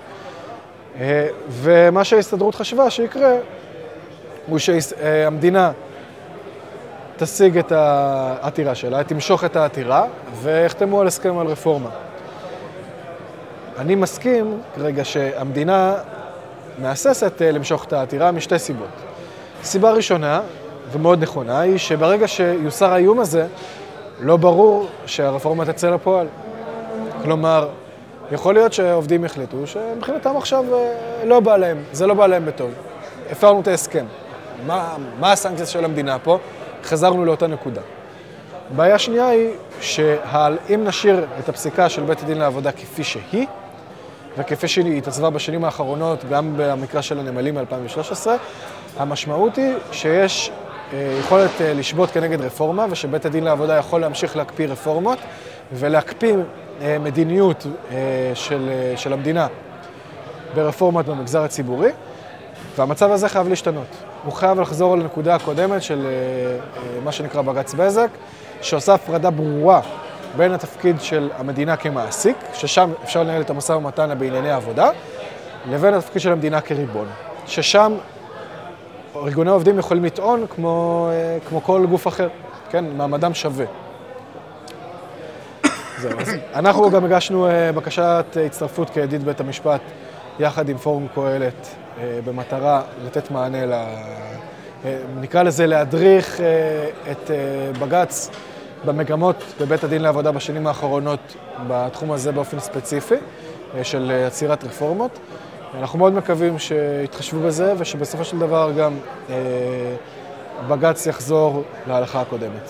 ומה שההסתדרות חשבה שיקרה, הוא שהמדינה תשיג את העתירה שלה, תמשוך את העתירה, והחתמו על הסכם על רפורמה. אני מסכים כרגע שהמדינה מאססת למשוך את העתירה משתי סיבות. סיבה ראשונה, ומאוד נכונה, היא שברגע שיוסר האיום הזה, לא ברור שהרפורמה תצא לפועל. כלומר, יכול להיות שהעובדים החליטו שמבחינתם עכשיו לא בא להם, זה לא בא להם בטוב. הפרנו את ההסכם. מה, מה הסנקציה של המדינה פה? חזרנו לאותה נקודה. בעיה שנייה היא שאם נשאיר את הפסיקה של בית הדין לעבודה כפי שהיא, וכפי שהיא התעצבה בשנים האחרונות, גם במקרה של הנמלים מ-אלפיים ושלוש עשרה, המשמעות היא שיש יכולת לשבות כנגד רפורמה, ושבית הדין לעבודה יכול להמשיך להקפיא רפורמות, ולהקפיא מדיניות של, של המדינה ברפורמות במגזר הציבורי, והמצב הזה חייב להשתנות. הוא חייב לחזור לנקודה הקודמת של מה שנקרא בג"ץ בזק, שעושה הפרדה ברורה בין התפקיד של המדינה כמעסיק, ששם אפשר לנהל את המשא ומתן בענייני העבודה, לבין התפקיד של המדינה כריבון, ששם ארגוני העובדים יכולים לטעון כמו, כמו כל גוף אחר, כן? מעמדם שווה. זהו. אנחנו גם הגשנו בקשת הצטרפות כידיד בית המשפט, יחד עם פורום קהלת, במטרה לתת מענה, ל... נקרא לזה להדריך את בג"ץ במגמות בבית הדין לעבודה בשנים האחרונות בתחום הזה באופן ספציפי של עצירת רפורמות. אנחנו מאוד מקווים שיתחשבו בזה ושבסופו של דבר גם בג"ץ יחזור להלכה הקודמת.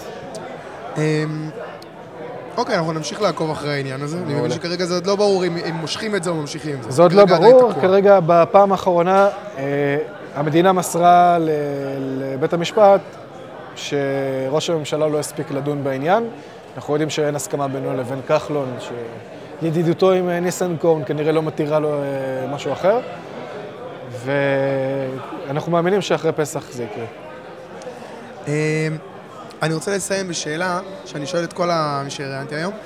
אוקיי, אנחנו נמשיך לעקוב אחרי העניין הזה. אני מבין שכרגע זה עוד לא ברור אם מושכים את זה או ממשיכים את זה. זה עוד לא ברור. כרגע בפעם האחרונה המדינה מסרה לבית המשפט שראש הממשלה לא הספיק לדון בעניין. אנחנו יודעים שאין הסכמה בינו לבין כחלון, שידידותו עם ניסנקורן כנראה לא מתירה לו משהו אחר. ואנחנו מאמינים שאחרי פסח זה יקרה. אני רוצה לסיים בשאלה שאני שואל את כל מי שראיינתי היום,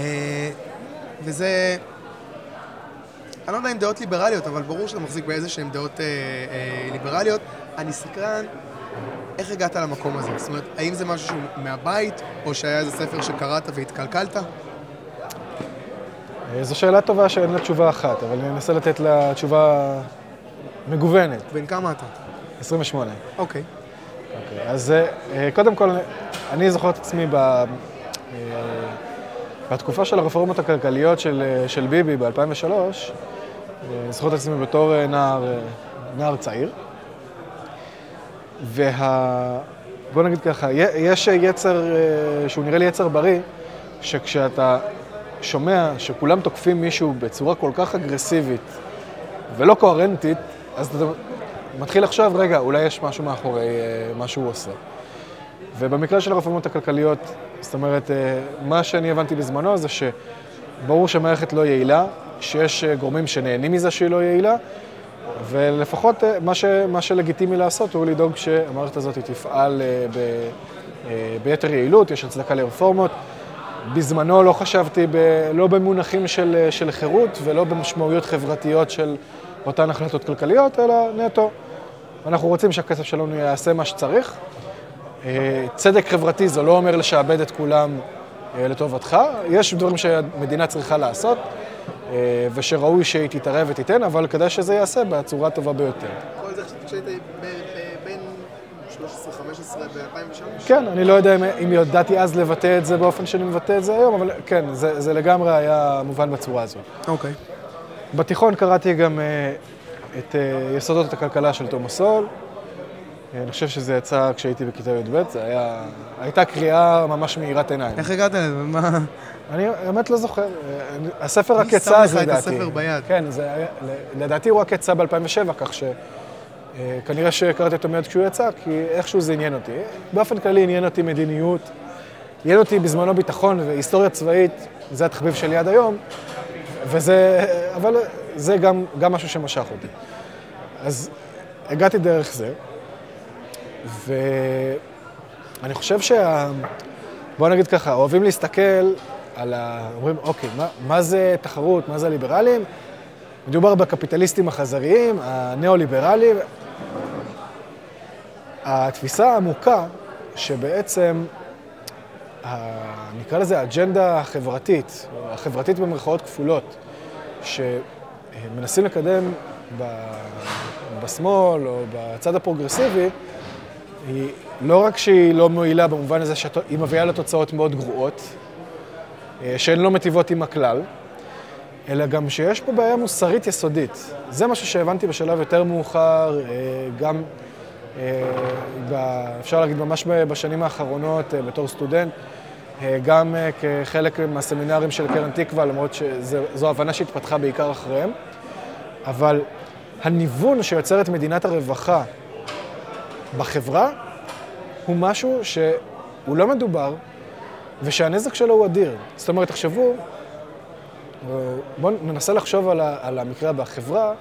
וזה, אני לא יודע אם דעות ליברליות, אבל ברור שאתה מחזיק באיזה שהן דעות ליברליות. אני סקרן, איך הגעת למקום הזה? זאת אומרת, האם זה משהו שהוא מהבית, או שהיה איזה ספר שקראת והתקלקלת? זו שאלה טובה שאין לה תשובה אחת, אבל אני אנסה לתת לה תשובה מגוונת. בין כמה אתה? עשרים ושמונה. אוקיי. אוקיי, אז קודם כל, אני זוכר את עצמי ב... בתקופה של הרפורמות הכלכליות של, של ביבי ב-אלפיים ושלוש, אני זוכר את עצמי בתור נער, נער צעיר. וה... בוא נגיד ככה, יש יצר שהוא נראה לי יצר בריא, שכשאתה שומע שכולם תוקפים מישהו בצורה כל כך אגרסיבית ולא קוהרנטית, אז אתה מתחיל לחשוב, רגע, אולי יש משהו מאחורי מה שהוא עושה. ובמקרה של הרפורמות הכלכליות, זאת אומרת, מה שאני הבנתי בזמנו זה שברור שהמערכת לא יעילה, שיש גורמים שנהנים מזה שהיא לא יעילה, ולפחות מה, ש, מה שלגיטימי לעשות הוא לדאוג שהמערכת הזאת תפעל ב, ביתר יעילות, יש הצדקה לרפורמות. בזמנו לא חשבתי, ב, לא במונחים של, של חירות ולא במשמעויות חברתיות של אותן החלטות כלכליות, אלא נטו. אנחנו רוצים שהכסף שלנו יעשה מה שצריך. צדק חברתי זה לא אומר לשעבד את כולם לטובתך. יש דברים שהמדינה צריכה לעשות, ושראוי שהיא תתערב ותיתן, אבל כדאי שזה יעשה בצורה הטובה ביותר. כל זה חשבתי שהיית בין שלוש עשרה חמש עשרה ב-אלפיים ושלוש? כן, אני לא יודע אם ידעתי אז לבטא את זה באופן שאני מבטא את זה היום, אבל כן, זה, זה לגמרי היה מובן בצורה הזאת. אוקיי. בתיכון קראתי גם את יסודות הכלכלה של תומאס סול. אני חושב שזה יצא כשהייתי בכיתה י"ב, זה היה... הייתה קריאה ממש מאירת עיניים. איך הגעת לזה? מה? אני באמת לא זוכר. הספר רק יצא, לדעתי. מי שם לך את הספר ביד? כן, זה היה... לדעתי הוא רק יצא ב-אלפיים ושבע, כך שכנראה שקראתי אותו מיד כשהוא יצא, כי איכשהו זה עניין אותי. באופן כללי עניין אותי מדיניות, עניין אותי בזמנו ביטחון והיסטוריה צבאית, זה התחביב שלי עד היום, וזה... אבל זה גם, גם משהו שמשך אותי. אז הגעתי דרך זה. ואני חושב שה... בוא נגיד ככה, אוהבים להסתכל על ה... אומרים, אוקיי, מה, מה זה תחרות, מה זה הליברלים? מדובר בקפיטליסטים החזריים, הנאו-ליברלים. התפיסה העמוקה שבעצם, נקרא לזה האג'נדה החברתית, החברתית במרכאות כפולות, שמנסים לקדם בשמאל או בצד הפרוגרסיבי, היא לא רק שהיא לא מועילה במובן הזה שהיא מביאה לתוצאות מאוד גרועות, שהן לא מטיבות עם הכלל, אלא גם שיש פה בעיה מוסרית יסודית. זה משהו שהבנתי בשלב יותר מאוחר, גם, אפשר להגיד ממש בשנים האחרונות בתור סטודנט, גם כחלק מהסמינרים של קרן תקווה, למרות שזו הבנה שהתפתחה בעיקר אחריהם, אבל הניוון שיוצר את מדינת הרווחה בחברה הוא משהו שהוא לא מדובר ושהנזק שלו הוא אדיר. זאת אומרת, תחשבו, בואו ננסה לחשוב על, ה, על המקרה בחברה.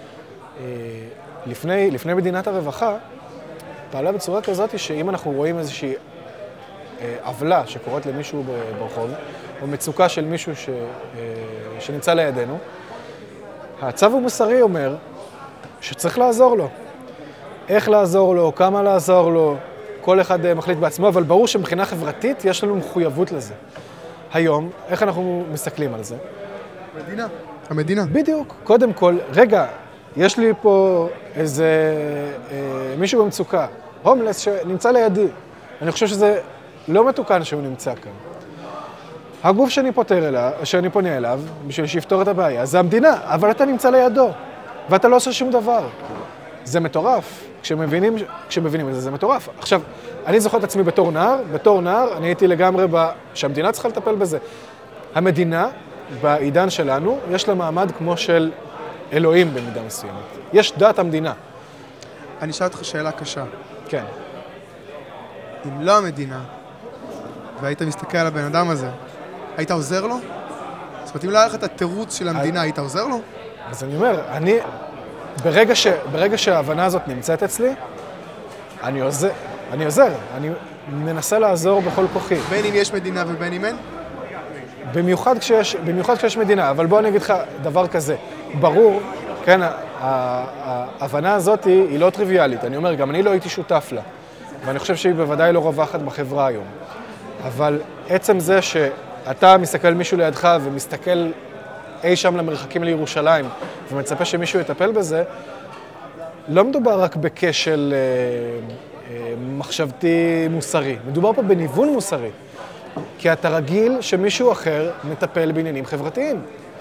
לפני, לפני מדינת הרווחה פעלה בצורה כזאת שאם אנחנו רואים איזושהי עוולה שקורית למישהו ברחוב, או מצוקה של מישהו ש, שנמצא לידינו, הצו המוסרי אומר שצריך לעזור לו. איך לעזור לו, כמה לעזור לו, כל אחד מחליט בעצמו, אבל ברור שמבחינה חברתית יש לנו מחויבות לזה. היום, איך אנחנו מסתכלים על זה? המדינה. המדינה. בדיוק. קודם כל, רגע, יש לי פה איזה אה, מישהו במצוקה, הומלס שנמצא לידי. אני חושב שזה לא מתוקן שהוא נמצא כאן. הגוף שאני פותר אליו, שאני פונה אליו, בשביל שיפתור את הבעיה, זה המדינה, אבל אתה נמצא לידו, ואתה לא עושה שום דבר. זה מטורף. כשמבינים, כשמבינים את זה, זה מטורף. עכשיו, אני זוכר את עצמי בתור נער, בתור נער, אני הייתי לגמרי ב... שהמדינה צריכה לטפל בזה. המדינה, בעידן שלנו, יש לה מעמד כמו של אלוהים במידה מסוימת. יש דת המדינה. אני אשאל אותך שאלה קשה. כן. אם לא המדינה, והיית מסתכל על הבן אדם הזה, היית עוזר לו? זאת אומרת, אם לא היה לך את התירוץ של המדינה, היית עוזר לו? אז אני אומר, אני... ברגע, ש, ברגע שההבנה הזאת נמצאת אצלי, אני עוזר, אני עוזר, אני מנסה לעזור בכל כוחי. בין אם יש מדינה ובין אם אין? במיוחד כשיש, במיוחד כשיש מדינה, אבל בוא אני אגיד לך דבר כזה. ברור, כן, ההבנה הזאת היא, היא לא טריוויאלית. אני אומר, גם אני לא הייתי שותף לה, ואני חושב שהיא בוודאי לא רווחת בחברה היום. אבל עצם זה שאתה מסתכל מישהו לידך ומסתכל אי שם למרחקים לירושלים, ומצפה שמישהו יטפל בזה, לא מדובר רק בכשל אה, אה, מחשבתי מוסרי, מדובר פה בניוון מוסרי, כי אתה רגיל שמישהו אחר מטפל בעניינים חברתיים.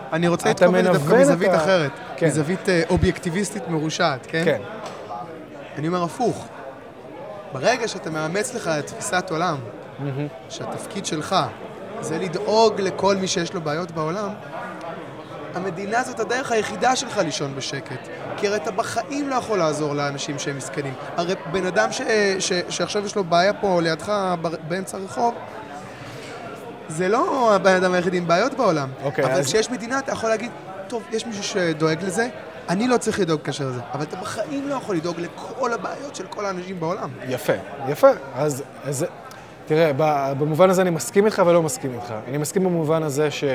אני רוצה לתקוף את זה דווקא מזווית אחרת. מזווית אובייקטיביסטית מרושעת, כן? כן. אני אומר הפוך. ברגע שאתה מאמץ לך את תפיסת עולם, שהתפקיד שלך זה לדאוג לכל מי שיש לו בעיות בעולם, המדינה זאת הדרך היחידה שלך לישון בשקט. כי הרי אתה בחיים לא יכול לעזור לאנשים שהם מסכנים. הרי בן אדם ש... ש... שעכשיו יש לו בעיה פה לידך באמצע הרחוב, זה לא הבן אדם היחיד עם בעיות בעולם. Okay, אבל אז... כשיש מדינה אתה יכול להגיד, טוב, יש מישהו שדואג לזה, אני לא צריך לדאוג קשר לזה. אבל אתה בחיים לא יכול לדאוג לכל הבעיות של כל האנשים בעולם. יפה, יפה. אז, אז תראה, במובן הזה אני מסכים איתך ולא מסכים איתך. אני מסכים במובן הזה ש...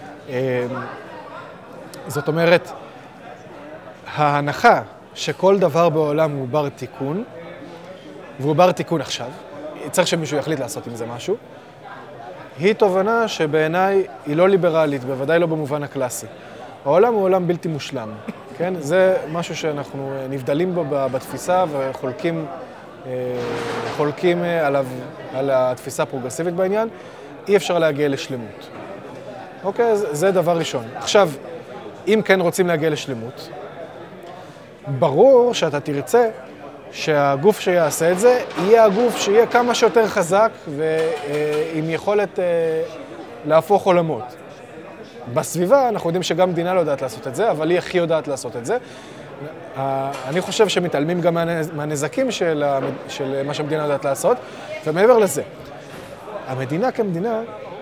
זאת אומרת, ההנחה שכל דבר בעולם הוא בר תיקון, והוא בר תיקון עכשיו, צריך שמישהו יחליט לעשות עם זה משהו, היא תובנה שבעיניי היא לא ליברלית, בוודאי לא במובן הקלאסי. העולם הוא עולם בלתי מושלם, כן? זה משהו שאנחנו נבדלים בו בתפיסה וחולקים חולקים עליו, על התפיסה הפרוגרסיבית בעניין. אי אפשר להגיע לשלמות. אוקיי, זה דבר ראשון. עכשיו, אם כן רוצים להגיע לשלמות, ברור שאתה תרצה שהגוף שיעשה את זה יהיה הגוף שיהיה כמה שיותר חזק ועם יכולת להפוך עולמות. בסביבה אנחנו יודעים שגם מדינה לא יודעת לעשות את זה, אבל היא הכי יודעת לעשות את זה. אני חושב שמתעלמים גם מהנזקים של, של מה שהמדינה יודעת לעשות, ומעבר לזה, המדינה כמדינה,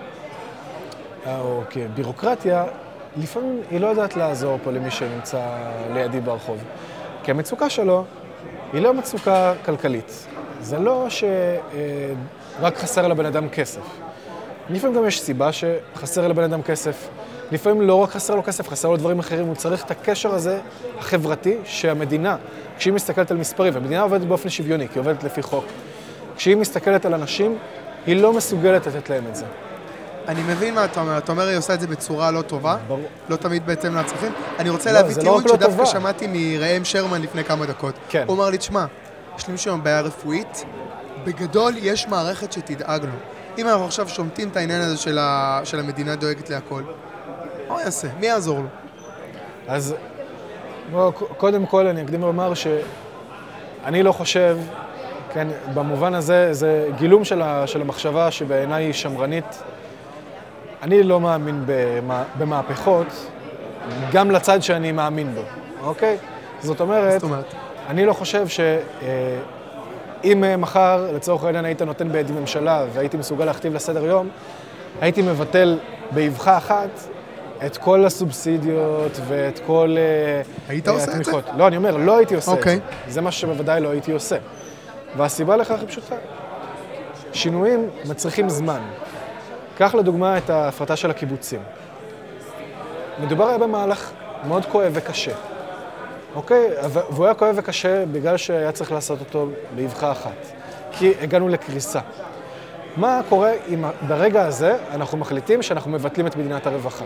או כבירוקרטיה, לפעמים היא לא יודעת לעזור פה למי שנמצא לידי ברחוב. כי המצוקה שלו היא לא מצוקה כלכלית. זה לא שרק חסר לבן אדם כסף. לפעמים גם יש סיבה שחסר לבן אדם כסף. לפעמים לא רק חסר לו כסף, חסר לו דברים אחרים. הוא צריך את הקשר הזה החברתי שהמדינה, כשהיא מסתכלת על מספרים, והמדינה עובדת באופן שוויוני, כי היא עובדת לפי חוק. כשהיא מסתכלת על אנשים, היא לא מסוגלת לתת להם את זה. אני מבין מה אתה אומר. אתה אומר, היא עושה את זה בצורה לא טובה, ברור. לא תמיד בהתאם לצרכים. אני רוצה לא, להביא טיעון לא שדווקא לא שמעתי מראם שרמן לפני כמה דקות. כן. הוא אמר לי, תשמע, יש לי מישהו בעיה רפואית, בגדול יש מערכת שתדאג לו. אם אנחנו עכשיו שומטים את העניין הזה של, ה... של המדינה דואגת להכל, מה הוא יעשה? מי יעזור לו? אז בוא, קודם כל אני אקדים לומר שאני לא חושב, כן, במובן הזה, זה גילום של, ה... של המחשבה שבעיניי היא שמרנית. אני לא מאמין במהפכות, גם לצד שאני מאמין בו, אוקיי? זאת אומרת, זאת אומרת, אני לא חושב שאם מחר, לצורך העניין, היית נותן בידי ממשלה והייתי מסוגל להכתיב לסדר יום, הייתי מבטל באבחה אחת את כל הסובסידיות ואת כל היית עושה את זה? לא, אני אומר, לא הייתי עושה את זה. זה מה שבוודאי לא הייתי עושה. והסיבה לכך היא פשוטה. שינויים מצריכים זמן. קח לדוגמה את ההפרטה של הקיבוצים. מדובר היה במהלך מאוד כואב וקשה. אוקיי? והוא היה כואב וקשה בגלל שהיה צריך לעשות אותו באבחה אחת. כי הגענו לקריסה. מה קורה אם ברגע הזה אנחנו מחליטים שאנחנו מבטלים את מדינת הרווחה?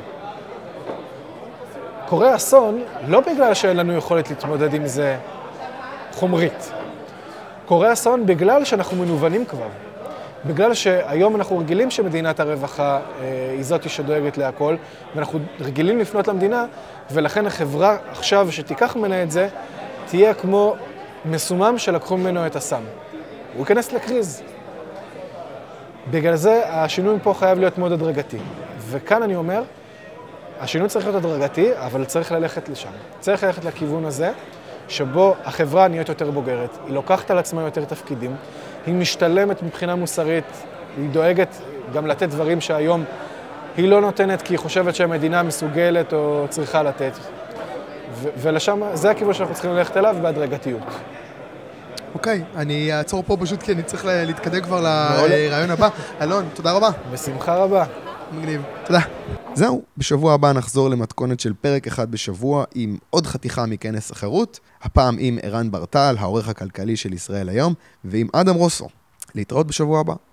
קורה אסון לא בגלל שאין לנו יכולת להתמודד עם זה חומרית. קורה אסון בגלל שאנחנו מנוונים כבר. בגלל שהיום אנחנו רגילים שמדינת הרווחה היא זאת שדואגת להכל, ואנחנו רגילים לפנות למדינה, ולכן החברה עכשיו שתיקח ממנה את זה, תהיה כמו מסומם שלקחו ממנו את הסם. הוא ייכנס לקריז. בגלל זה השינוי פה חייב להיות מאוד הדרגתי. וכאן אני אומר, השינוי צריך להיות הדרגתי, אבל צריך ללכת לשם. צריך ללכת לכיוון הזה, שבו החברה נהיית יותר בוגרת, היא לוקחת על עצמה יותר תפקידים, היא משתלמת מבחינה מוסרית, היא דואגת גם לתת דברים שהיום היא לא נותנת כי היא חושבת שהמדינה מסוגלת או צריכה לתת. ו- ולשם, זה הכיוון שאנחנו צריכים ללכת אליו בהדרגתיות. אוקיי, אני אעצור פה פשוט כי אני צריך להתקדם כבר לרעיון הבא. אלון, תודה רבה. בשמחה רבה. מגניב. תודה. זהו, בשבוע הבא נחזור למתכונת של פרק אחד בשבוע עם עוד חתיכה מכנס החירות, הפעם עם ערן ברטל, העורך הכלכלי של ישראל היום, ועם אדם רוסו. להתראות בשבוע הבא.